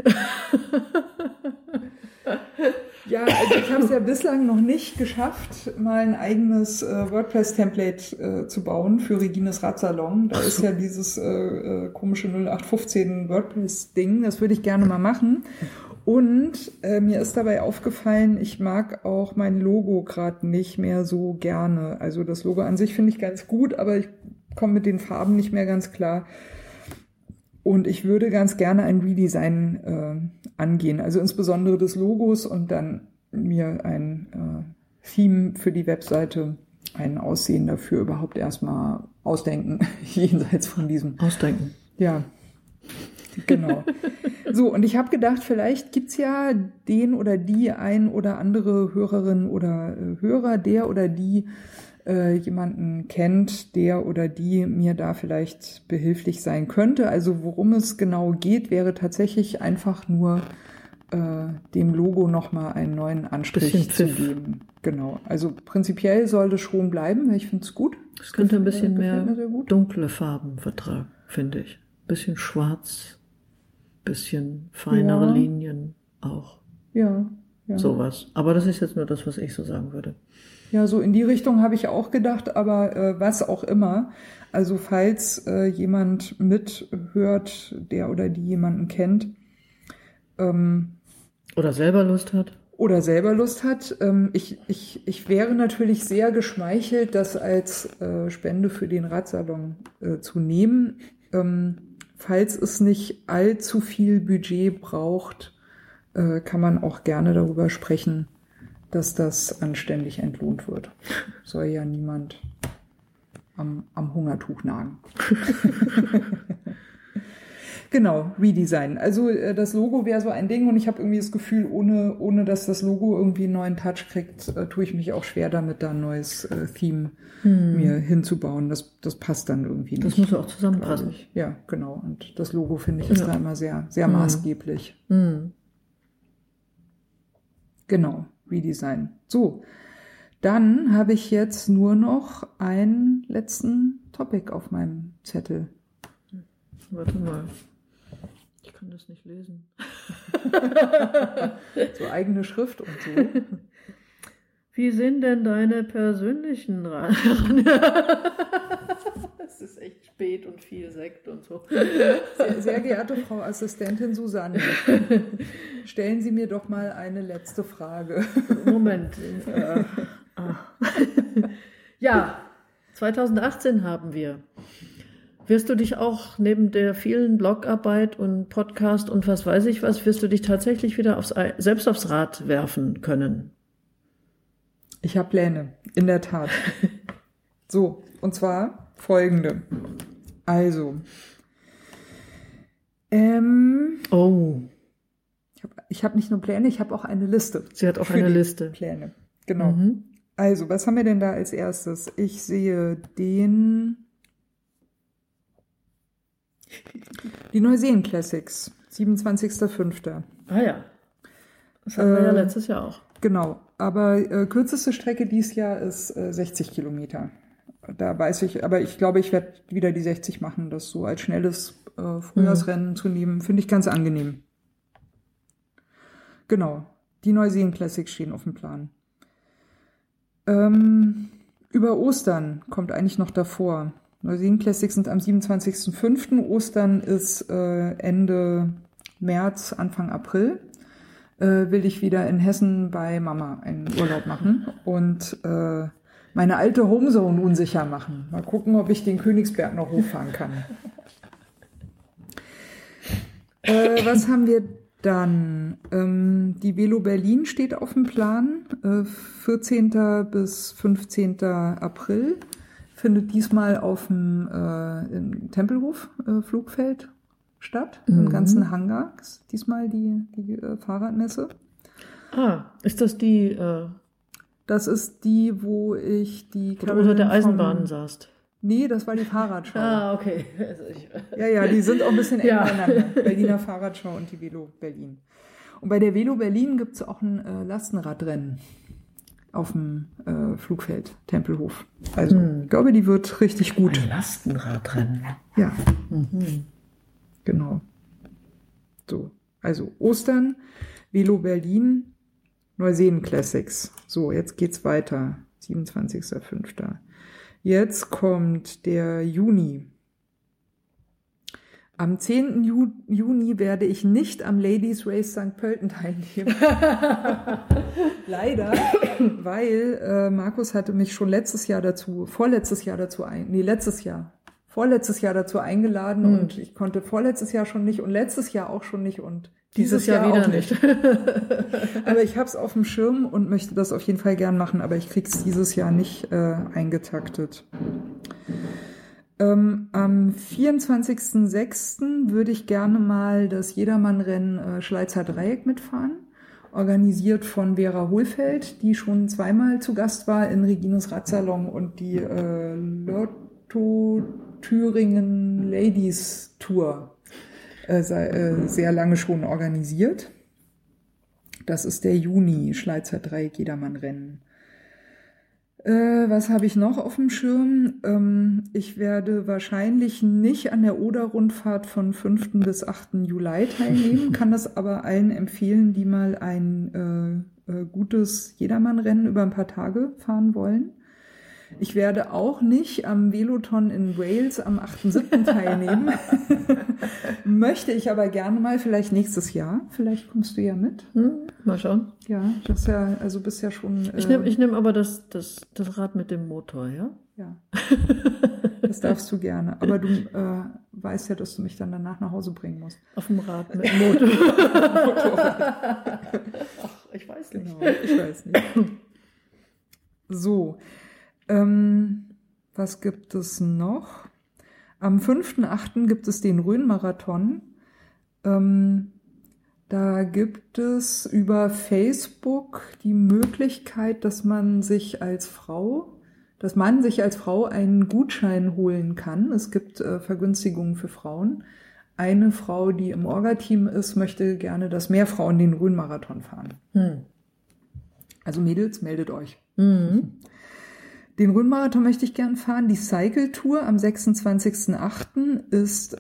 Ja, also ich habe es ja bislang noch nicht geschafft, mal ein eigenes WordPress-Template zu bauen für Regines Radsalon. Da ist ja dieses komische 0815 WordPress-Ding, das würde ich gerne mal machen. Und mir ist dabei aufgefallen, ich mag auch mein Logo gerade nicht mehr so gerne. Also das Logo an sich finde ich ganz gut, aber ich komme mit den Farben nicht mehr ganz klar. Und ich würde ganz gerne ein Redesign angehen, also insbesondere des Logos und dann mir ein Theme für die Webseite, ein Aussehen dafür überhaupt erstmal ausdenken, jenseits von diesem. Ausdenken. Ja, genau. So, und ich habe gedacht, vielleicht gibt's ja den oder die ein oder andere Hörerin oder Hörer, der oder die jemanden kennt, der oder die mir da vielleicht behilflich sein könnte. Also worum es genau geht, wäre tatsächlich einfach nur dem Logo nochmal einen neuen Anstrich zu geben. Genau. Also prinzipiell soll das schon bleiben, weil ich finde es gut. Es könnte ein bisschen mehr dunkle Farben vertragen, finde ich. Bisschen schwarz, bisschen feinere Linien auch. Ja. Sowas. Aber das ist jetzt nur das, was ich so sagen würde. Ja, so in die Richtung habe ich auch gedacht, aber was auch immer. Also falls jemand mithört, der oder die jemanden kennt. Oder selber Lust hat. Ich wäre natürlich sehr geschmeichelt, das als Spende für den Radsalon zu nehmen. Falls es nicht allzu viel Budget braucht, kann man auch gerne darüber sprechen, dass das anständig entlohnt wird. Soll ja niemand am Hungertuch nagen. Genau, Redesign. Also das Logo wäre so ein Ding und ich habe irgendwie das Gefühl, ohne dass das Logo irgendwie einen neuen Touch kriegt, tue ich mich auch schwer damit, da ein neues Theme mir hinzubauen. Das passt dann irgendwie nicht. Das muss auch zusammenpassen. Ja, genau. Und das Logo, finde ich, ist da immer sehr, sehr maßgeblich. Genau, Redesign. So, dann habe ich jetzt nur noch einen letzten Topic auf meinem Zettel. Warte mal. Ich kann das nicht lesen. So eigene Schrift und so. Wie sind denn deine persönlichen Es ist echt spät und viel Sekt und so. Sehr geehrte Frau Assistentin Susanne, stellen Sie mir doch mal eine letzte Frage. Moment. Ja, 2018 haben wir. Wirst du dich auch neben der vielen Blogarbeit und Podcast und was weiß ich was, wirst du dich tatsächlich wieder selbst aufs Rad werfen können? Ich habe Pläne, in der Tat. So, und zwar folgende. Also, ich hab nicht nur Pläne, ich habe auch eine Liste. Sie hat auch eine Liste. Pläne, genau. Also, was haben wir denn da als erstes? Ich sehe die Neuseen Classics, 27.05. Ah ja, das hatten wir ja letztes Jahr auch. Genau, aber kürzeste Strecke dieses Jahr ist 60 Kilometer. Da weiß ich, aber ich glaube, ich werde wieder die 60 machen, das so als schnelles Frühjahrsrennen zu nehmen, finde ich ganz angenehm. Genau, die Neuseen Classics stehen auf dem Plan. Über Ostern kommt eigentlich noch davor. Neuseen Classics sind am 27.05. Ostern ist Ende März, Anfang April. Will ich wieder in Hessen bei Mama einen Urlaub machen und meine alte Homezone unsicher machen. Mal gucken, ob ich den Königsberg noch hochfahren kann. Was haben wir dann? Die Velo Berlin steht auf dem Plan. 14. bis 15. April. Findet diesmal auf dem im Tempelhof Flugfeld statt. Im ganzen Hangar. Ist diesmal die Fahrradmesse. Ah, ist das die... Das ist die, wo ich die... Wo du unter der Eisenbahn saßt. Nee, das war die Fahrradschau. Ah, okay. Also Ja, die sind auch ein bisschen eng beieinander. Berliner Fahrradschau und die Velo Berlin. Und bei der Velo Berlin gibt es auch ein Lastenradrennen auf dem Flugfeld Tempelhof. Also, ich glaube, die wird richtig gut. Ein Lastenradrennen? Ja. Genau. So, also Ostern, Velo Berlin, Neuseen Classics. So, jetzt geht's weiter. 27.05. Jetzt kommt der Juni. Am 10. Juni werde ich nicht am Ladies Race St. Pölten teilnehmen. Leider, weil Markus hatte mich schon vorletztes Jahr dazu eingeladen und ich konnte vorletztes Jahr schon nicht und letztes Jahr auch schon nicht und dieses Jahr wieder auch nicht. Aber ich habe es auf dem Schirm und möchte das auf jeden Fall gern machen, aber ich krieg's dieses Jahr nicht eingetaktet. Am 24.06. würde ich gerne mal das Jedermann-Rennen Schleizer Dreieck mitfahren, organisiert von Vera Hohlfeld, die schon zweimal zu Gast war in Regines Radsalon und die Lotto Thüringen Ladies Tour sehr lange schon organisiert. Das ist der Juni, Schleizer Dreieck Jedermann-Rennen. Was habe ich noch auf dem Schirm? Ich werde wahrscheinlich nicht an der Oder-Rundfahrt von 5. bis 8. Juli teilnehmen, kann das aber allen empfehlen, die mal ein gutes Jedermann-Rennen über ein paar Tage fahren wollen. Ich werde auch nicht am Veloton in Wales am 8.7. teilnehmen. Möchte ich aber gerne mal, vielleicht nächstes Jahr. Vielleicht kommst du ja mit. Mal schauen. Ja, das ist ja, also bist ja schon... Ich nehm aber das Rad mit dem Motor, ja? Ja, das darfst du gerne. Aber du weißt ja, dass du mich dann danach nach Hause bringen musst. Auf dem Rad mit dem Motor. Ach, ich weiß nicht. Genau, ich weiß nicht. So, was gibt es noch? Am 5.8. gibt es den Rhön-Marathon. Da gibt es über Facebook die Möglichkeit, dass man sich als Frau einen Gutschein holen kann. Es gibt Vergünstigungen für Frauen. Eine Frau, die im Orga-Team ist, möchte gerne, dass mehr Frauen den Rhön-Marathon fahren. Also Mädels, meldet euch. Den Rhön-Marathon möchte ich gern fahren. Die Cycle-Tour am 26.8. ist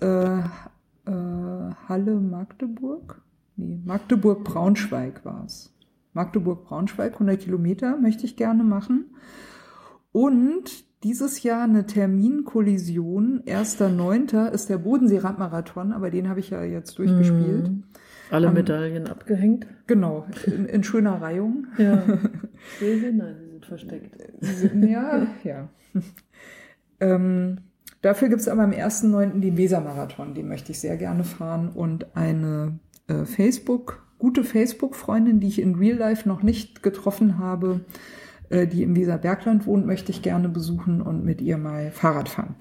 Halle-Magdeburg. Nee, Magdeburg-Braunschweig war es. Magdeburg-Braunschweig, 100 Kilometer möchte ich gerne machen. Und dieses Jahr eine Terminkollision. 1.9. ist der Bodensee-Radmarathon, aber den habe ich ja jetzt durchgespielt. Alle Medaillen abgehängt? Genau, in schöner Reihung. Ja. Nein, sie sind versteckt. Ja. Dafür gibt es aber am 1.9. den Wesermarathon, den möchte ich sehr gerne fahren. Und eine gute Facebook-Freundin, die ich in Real Life noch nicht getroffen habe, die im Weserbergland wohnt, möchte ich gerne besuchen und mit ihr mal Fahrrad fahren.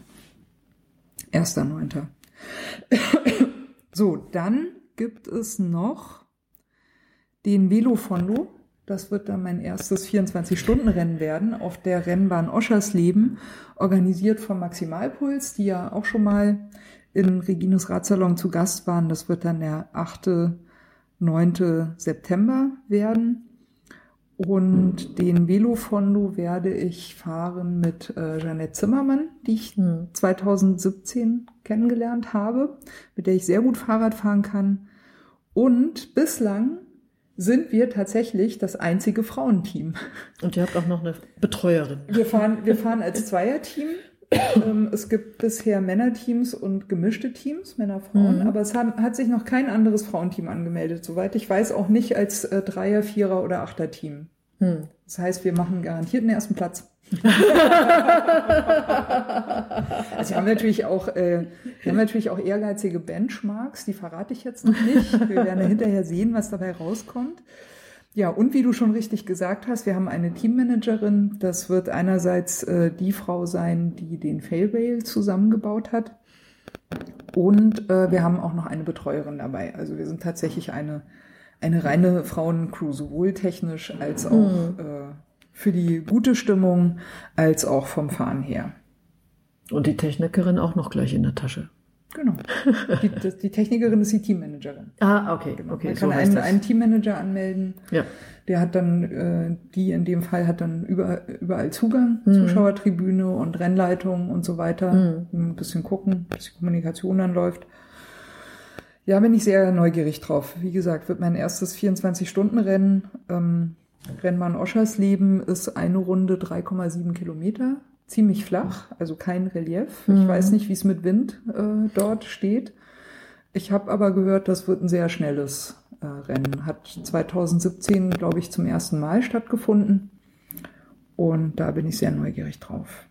1.9. So, dann gibt es noch den Velofondo. Das wird dann mein erstes 24-Stunden-Rennen werden auf der Rennbahn Oschersleben, organisiert vom Maximalpuls, die ja auch schon mal in Regines Radsalon zu Gast waren. Das wird dann der 8., 9. September werden. Und den Velofondo werde ich fahren mit Jeanette Zimmermann, die ich 2017 kennengelernt habe, mit der ich sehr gut Fahrrad fahren kann. Und bislang sind wir tatsächlich das einzige Frauenteam. Und ihr habt auch noch eine Betreuerin. Wir fahren als Zweierteam. Es gibt bisher Männerteams und gemischte Teams, Männer, Frauen, aber es hat sich noch kein anderes Frauenteam angemeldet, soweit ich weiß, auch nicht als Dreier-, Vierer- oder Achter-Team. Das heißt, wir machen garantiert den ersten Platz. Also wir haben natürlich auch ehrgeizige Benchmarks, die verrate ich jetzt noch nicht. Wir werden hinterher sehen, was dabei rauskommt. Ja, und wie du schon richtig gesagt hast, wir haben eine Teammanagerin. Das wird einerseits die Frau sein, die den Failrail zusammengebaut hat. Und wir haben auch noch eine Betreuerin dabei. Also wir sind tatsächlich eine reine Frauencrew, sowohl technisch als auch für die gute Stimmung, als auch vom Fahren her. Und die Technikerin auch noch gleich in der Tasche. Genau. Die Technikerin ist die Teammanagerin. Ah, okay. Genau. Okay, Man kann einen Teammanager anmelden. Ja. Der hat dann, die in dem Fall hat dann überall Zugang, Zuschauertribüne und Rennleitung und so weiter. Ein bisschen gucken, bis die Kommunikation dann läuft. Ja, bin ich sehr neugierig drauf. Wie gesagt, wird mein erstes 24-Stunden-Rennen. Rennbahn Oschersleben ist eine Runde 3,7 Kilometer. Ziemlich flach, also kein Relief. Ich weiß nicht, wie es mit Wind dort steht. Ich habe aber gehört, das wird ein sehr schnelles Rennen. Hat 2017, glaube ich, zum ersten Mal stattgefunden. Und da bin ich sehr neugierig drauf.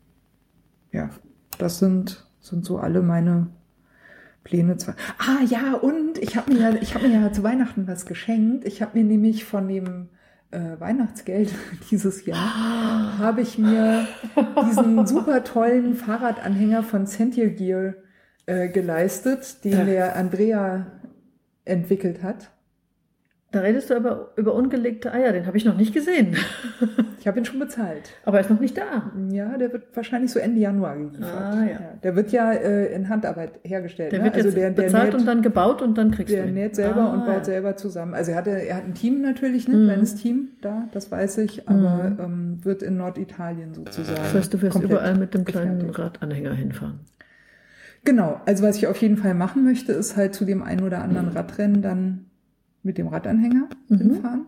Ja, das sind so alle meine Pläne. Ah ja, und ich habe mir ja zu Weihnachten was geschenkt. Ich habe mir nämlich von dem Weihnachtsgeld dieses Jahr habe ich mir diesen super tollen Fahrradanhänger von Sentier Gear geleistet, den der Andrea entwickelt hat. Da redest du aber über ungelegte Eier, den habe ich noch nicht gesehen. Ich habe ihn schon bezahlt. Aber er ist noch nicht da. Ja, der wird wahrscheinlich so Ende Januar geliefert. Ah, ja. Der wird ja in Handarbeit hergestellt. Der wird jetzt bezahlt und dann gebaut und dann kriegst du ihn. Der näht selber und baut selber zusammen. Also er hat ein Team natürlich, ein kleines Team da, das weiß ich, aber wird in Norditalien sozusagen. Das heißt, du wirst überall mit dem kleinen Radanhänger hinfahren. Genau, also was ich auf jeden Fall machen möchte, ist halt zu dem einen oder anderen Radrennen dann mit dem Radanhänger hinfahren.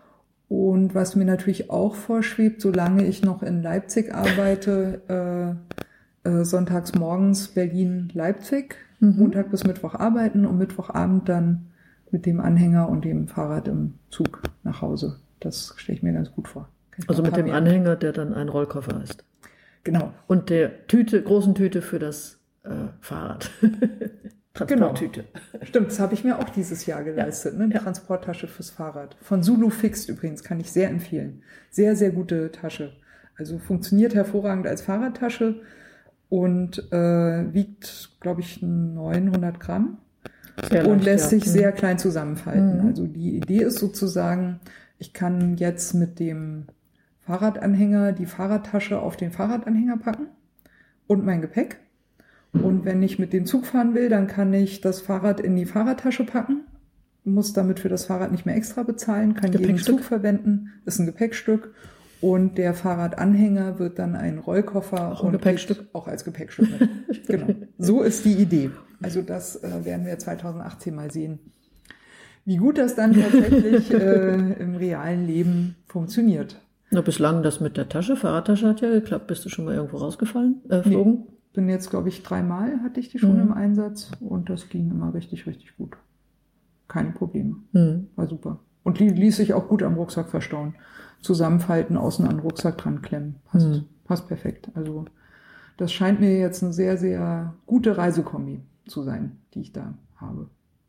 Und was mir natürlich auch vorschwebt, solange ich noch in Leipzig arbeite, sonntags morgens Berlin-Leipzig, Montag bis Mittwoch arbeiten und Mittwochabend dann mit dem Anhänger und dem Fahrrad im Zug nach Hause. Das stelle ich mir ganz gut vor. Also mit dem Anhänger, der dann ein Rollkoffer ist. Genau. Und der großen Tüte für das Fahrrad. Transporttüte. Genau. Stimmt, das habe ich mir auch dieses Jahr geleistet. Ne? Transporttasche fürs Fahrrad. Von Zulu Fixed übrigens, kann ich sehr empfehlen. Sehr, sehr gute Tasche. Also funktioniert hervorragend als Fahrradtasche und wiegt, glaube ich, 900 Gramm. Sehr und leicht, lässt sich sehr klein zusammenfalten. Also die Idee ist sozusagen, ich kann jetzt mit dem Fahrradanhänger die Fahrradtasche auf den Fahrradanhänger packen und mein Gepäck. Und wenn ich mit dem Zug fahren will, dann kann ich das Fahrrad in die Fahrradtasche packen, muss damit für das Fahrrad nicht mehr extra bezahlen, kann jeden Zug verwenden, ist ein Gepäckstück. Und der Fahrradanhänger wird dann ein Rollkoffer auch ein Gepäckstück. Auch als Gepäckstück mit. Genau. So ist die Idee. Also das werden wir 2018 mal sehen, wie gut das dann tatsächlich im realen Leben funktioniert. Na, bislang das mit der Fahrradtasche hat ja geklappt. Bist du schon mal irgendwo rausgefallen, geflogen? Nee. Bin jetzt, glaube ich, 3-mal hatte ich die schon im Einsatz und das ging immer richtig, richtig gut. Keine Probleme. War super. Und die ließ sich auch gut am Rucksack verstauen. Zusammenfalten, außen an den Rucksack dran klemmen. Passt perfekt. Also Das scheint mir jetzt eine sehr, sehr gute Reisekombi zu sein, die ich da habe.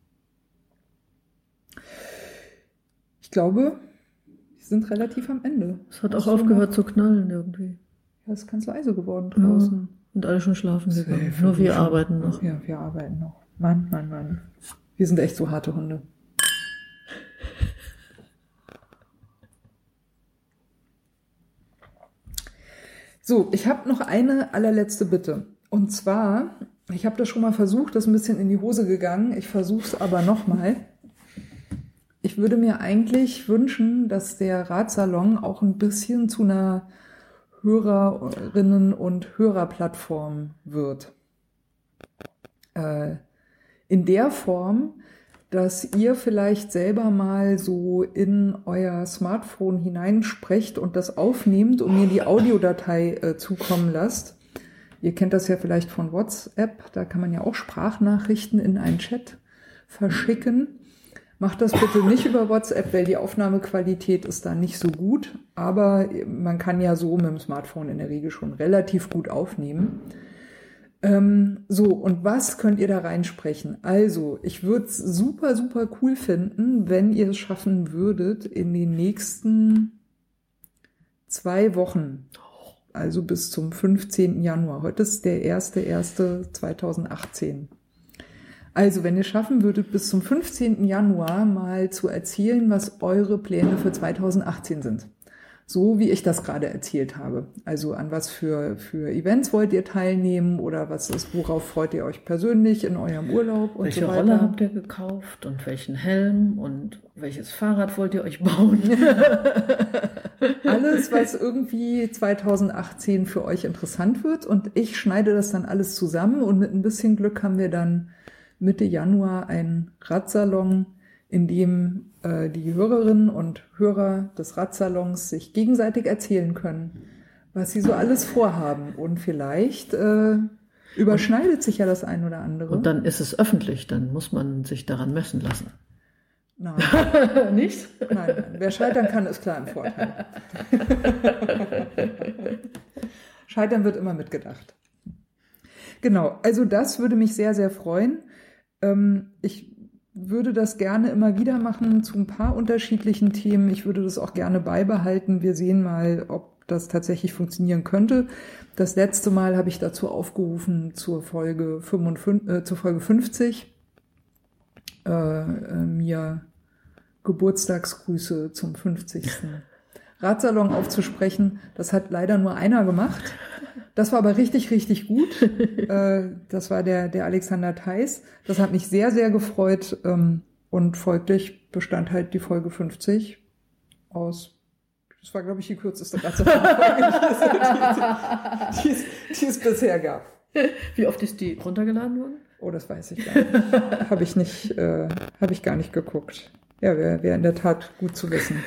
Ich glaube, wir sind relativ am Ende. Es hat auch aufgehört zu knallen irgendwie. Ja, es ist ganz leise geworden draußen. Ja, und alle schon schlafen gegangen. Nur wir arbeiten noch. Ja, wir arbeiten noch. Mann. Wir sind echt so harte Hunde. So, ich habe noch eine allerletzte Bitte. Und zwar, ich habe das schon mal versucht, das ist ein bisschen in die Hose gegangen. Ich versuche es aber nochmal. Ich würde mir eigentlich wünschen, dass der Radsalon auch ein bisschen zu einer Hörerinnen- und Hörerplattform wird. In der Form, dass ihr vielleicht selber mal so in euer Smartphone hineinsprecht und das aufnehmt und mir die Audiodatei zukommen lasst. Ihr kennt das ja vielleicht von WhatsApp, da kann man ja auch Sprachnachrichten in einen Chat verschicken. Macht das bitte nicht über WhatsApp, weil die Aufnahmequalität ist da nicht so gut, aber man kann ja so mit dem Smartphone in der Regel schon relativ gut aufnehmen. So, und was könnt ihr da reinsprechen? Also, ich würde es super, super cool finden, wenn ihr es schaffen würdet, in den nächsten 2 Wochen, also bis zum 15. Januar. Heute ist der 1.1.2018. Also, wenn ihr schaffen würdet, bis zum 15. Januar mal zu erzählen, was eure Pläne für 2018 sind. So wie ich das gerade erzählt habe. Also an was für Events wollt ihr teilnehmen oder was ist, worauf freut ihr euch persönlich in eurem Urlaub und welche so weiter. Welche Rolle habt ihr gekauft und welchen Helm und welches Fahrrad wollt ihr euch bauen? Alles, was irgendwie 2018 für euch interessant wird, und ich schneide das dann alles zusammen und mit ein bisschen Glück haben wir dann Mitte Januar einen Radsalon, in dem die Hörerinnen und Hörer des Radsalons sich gegenseitig erzählen können, was sie so alles vorhaben. Und vielleicht überschneidet sich ja das ein oder andere. Und dann ist es öffentlich, dann muss man sich daran messen lassen. Nein. Nicht? Nein. Wer scheitern kann, ist klar im Vorteil. Scheitern wird immer mitgedacht. Genau, also das würde mich sehr, sehr freuen. Ich würde das gerne immer wieder machen zu ein paar unterschiedlichen Themen. Ich würde das auch gerne beibehalten. Wir sehen mal, ob das tatsächlich funktionieren könnte. Das letzte Mal habe ich dazu aufgerufen zur Folge 50, mir Geburtstagsgrüße zum 50. Radsalon aufzusprechen. Das hat leider nur einer gemacht. Das war aber richtig, richtig gut. Das war der Alexander Theis. Das hat mich sehr, sehr gefreut. Und folglich bestand halt die Folge 50 aus, das war, glaube ich, die kürzeste Radsalon-Folge, die es bisher gab. Wie oft ist die runtergeladen worden? Oh, das weiß ich gar nicht. Habe ich gar nicht geguckt. Ja, wäre in der Tat gut zu wissen.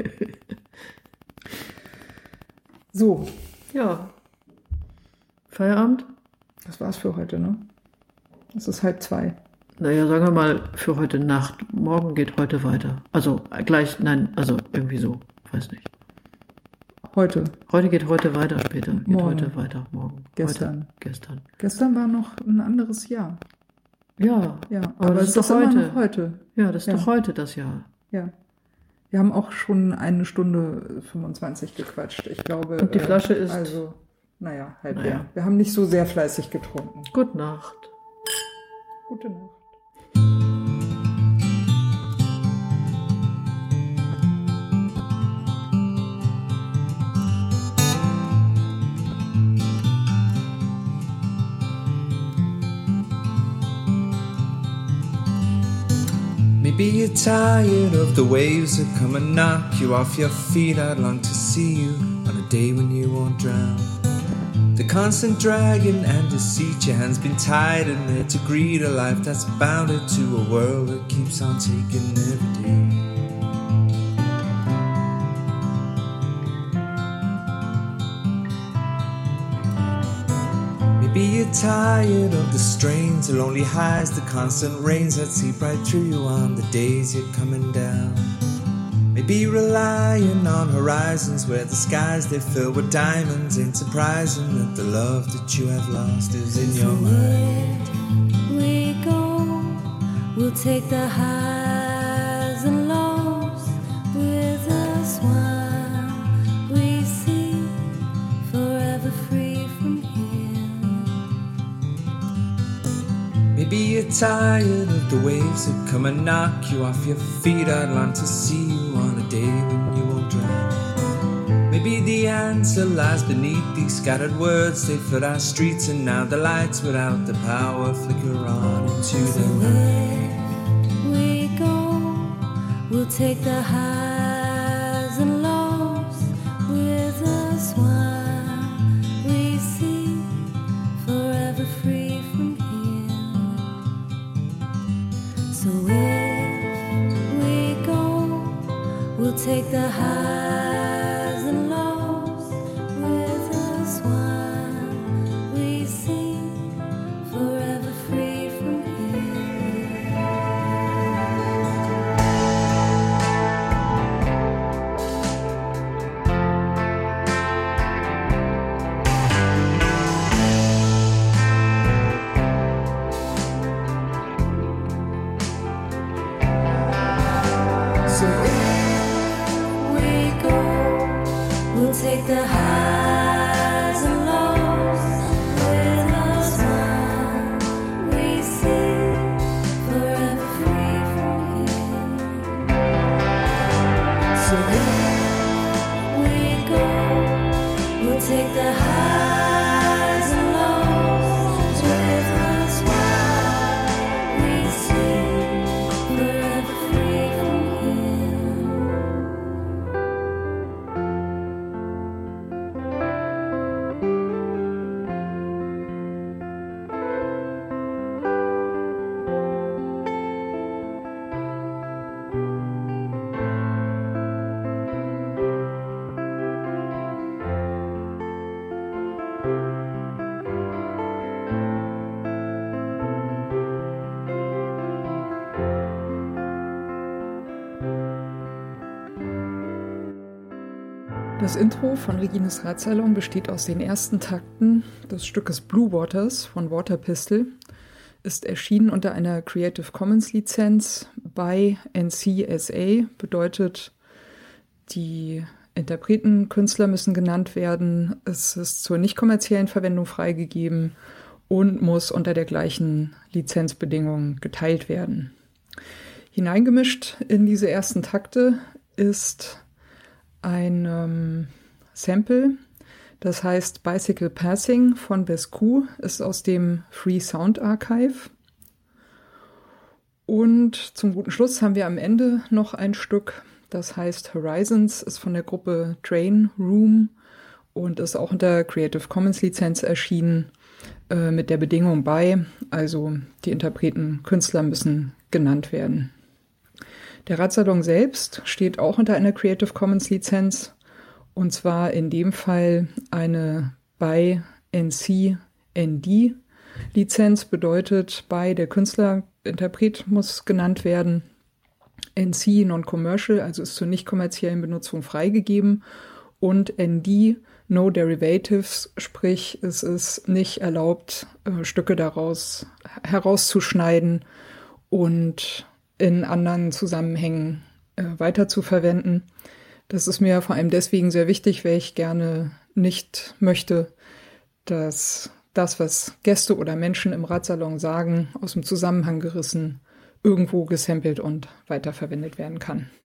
So. Ja. Feierabend? Das war's für heute, ne? Es ist 1:30. Naja, sagen wir mal, für heute Nacht. Morgen geht heute weiter. Also irgendwie so. Weiß nicht. Heute. Heute geht heute weiter, später. Geht morgen. Heute weiter, morgen. Gestern. Heute, gestern. Gestern war noch ein anderes Jahr. Ja. Aber es ist doch heute. Immer noch heute. Ja, das ist doch heute das Jahr. Ja. Wir haben auch schon 1 Stunde 25 gequatscht. Ich glaube. Und die Flasche ist. Also, halb leer. Wir haben nicht so sehr fleißig getrunken. Gute Nacht. Gute Nacht. Maybe you're tired of the waves that come and knock you off your feet. I'd long to see you on a day when you won't drown. The constant dragging and deceit, your hands been tied and there to greet a life that's bounded to a world that keeps on taking every day. Maybe you're tired of the strains, the lonely highs, the constant rains that seep right through you on the days you're coming down. Maybe Maybe relying on horizons where the skies they fill with diamonds. Ain't surprising that the love that you have lost is in your mind. Where we go, we'll take the highs and lows with us while we see, forever free from here. Maybe you're tired of the waves that come and knock you off your feet. I'd long to see you on a day when you won't drown. Maybe the answer lies beneath these scattered words. They flood our streets and now the lights without the power flicker on into the night. Where we go, we'll take the highs and lows with us while we see, forever free from here. So if we go, we'll take the highs and lows with us while we see, forever free from here. So if we go, we'll take the highs and lows with us while we see, forever free from here. So if we go, we'll take the highs and lows with us while we see, forever free from here. Das Intro von Regines Radsalon besteht aus den ersten Takten des Stückes Blue Waters von Water Pistol, ist erschienen unter einer Creative Commons Lizenz bei NCSA, bedeutet, die Interpreten, Künstler müssen genannt werden, es ist zur nicht kommerziellen Verwendung freigegeben und muss unter der gleichen Lizenzbedingung geteilt werden. Hineingemischt in diese ersten Takte ist ein Sample, das heißt Bicycle Passing von Bescu, ist aus dem Free Sound Archive. Und zum guten Schluss haben wir am Ende noch ein Stück, das heißt Horizons, ist von der Gruppe Train Room und ist auch unter Creative Commons Lizenz erschienen, mit der Bedingung bei, also die Interpreten, Künstler müssen genannt werden. Der Radsalon selbst steht auch unter einer Creative Commons Lizenz und zwar in dem Fall eine bei NC-ND Lizenz, bedeutet bei der Künstler, Interpret muss genannt werden, NC Non-Commercial, also ist zur nicht kommerziellen Benutzung freigegeben und ND No Derivatives, sprich es ist nicht erlaubt, Stücke daraus herauszuschneiden und in anderen Zusammenhängen weiter zu verwenden. Das ist mir vor allem deswegen sehr wichtig, weil ich gerne nicht möchte, dass das, was Gäste oder Menschen im Radsalon sagen, aus dem Zusammenhang gerissen, irgendwo gesampelt und weiterverwendet werden kann.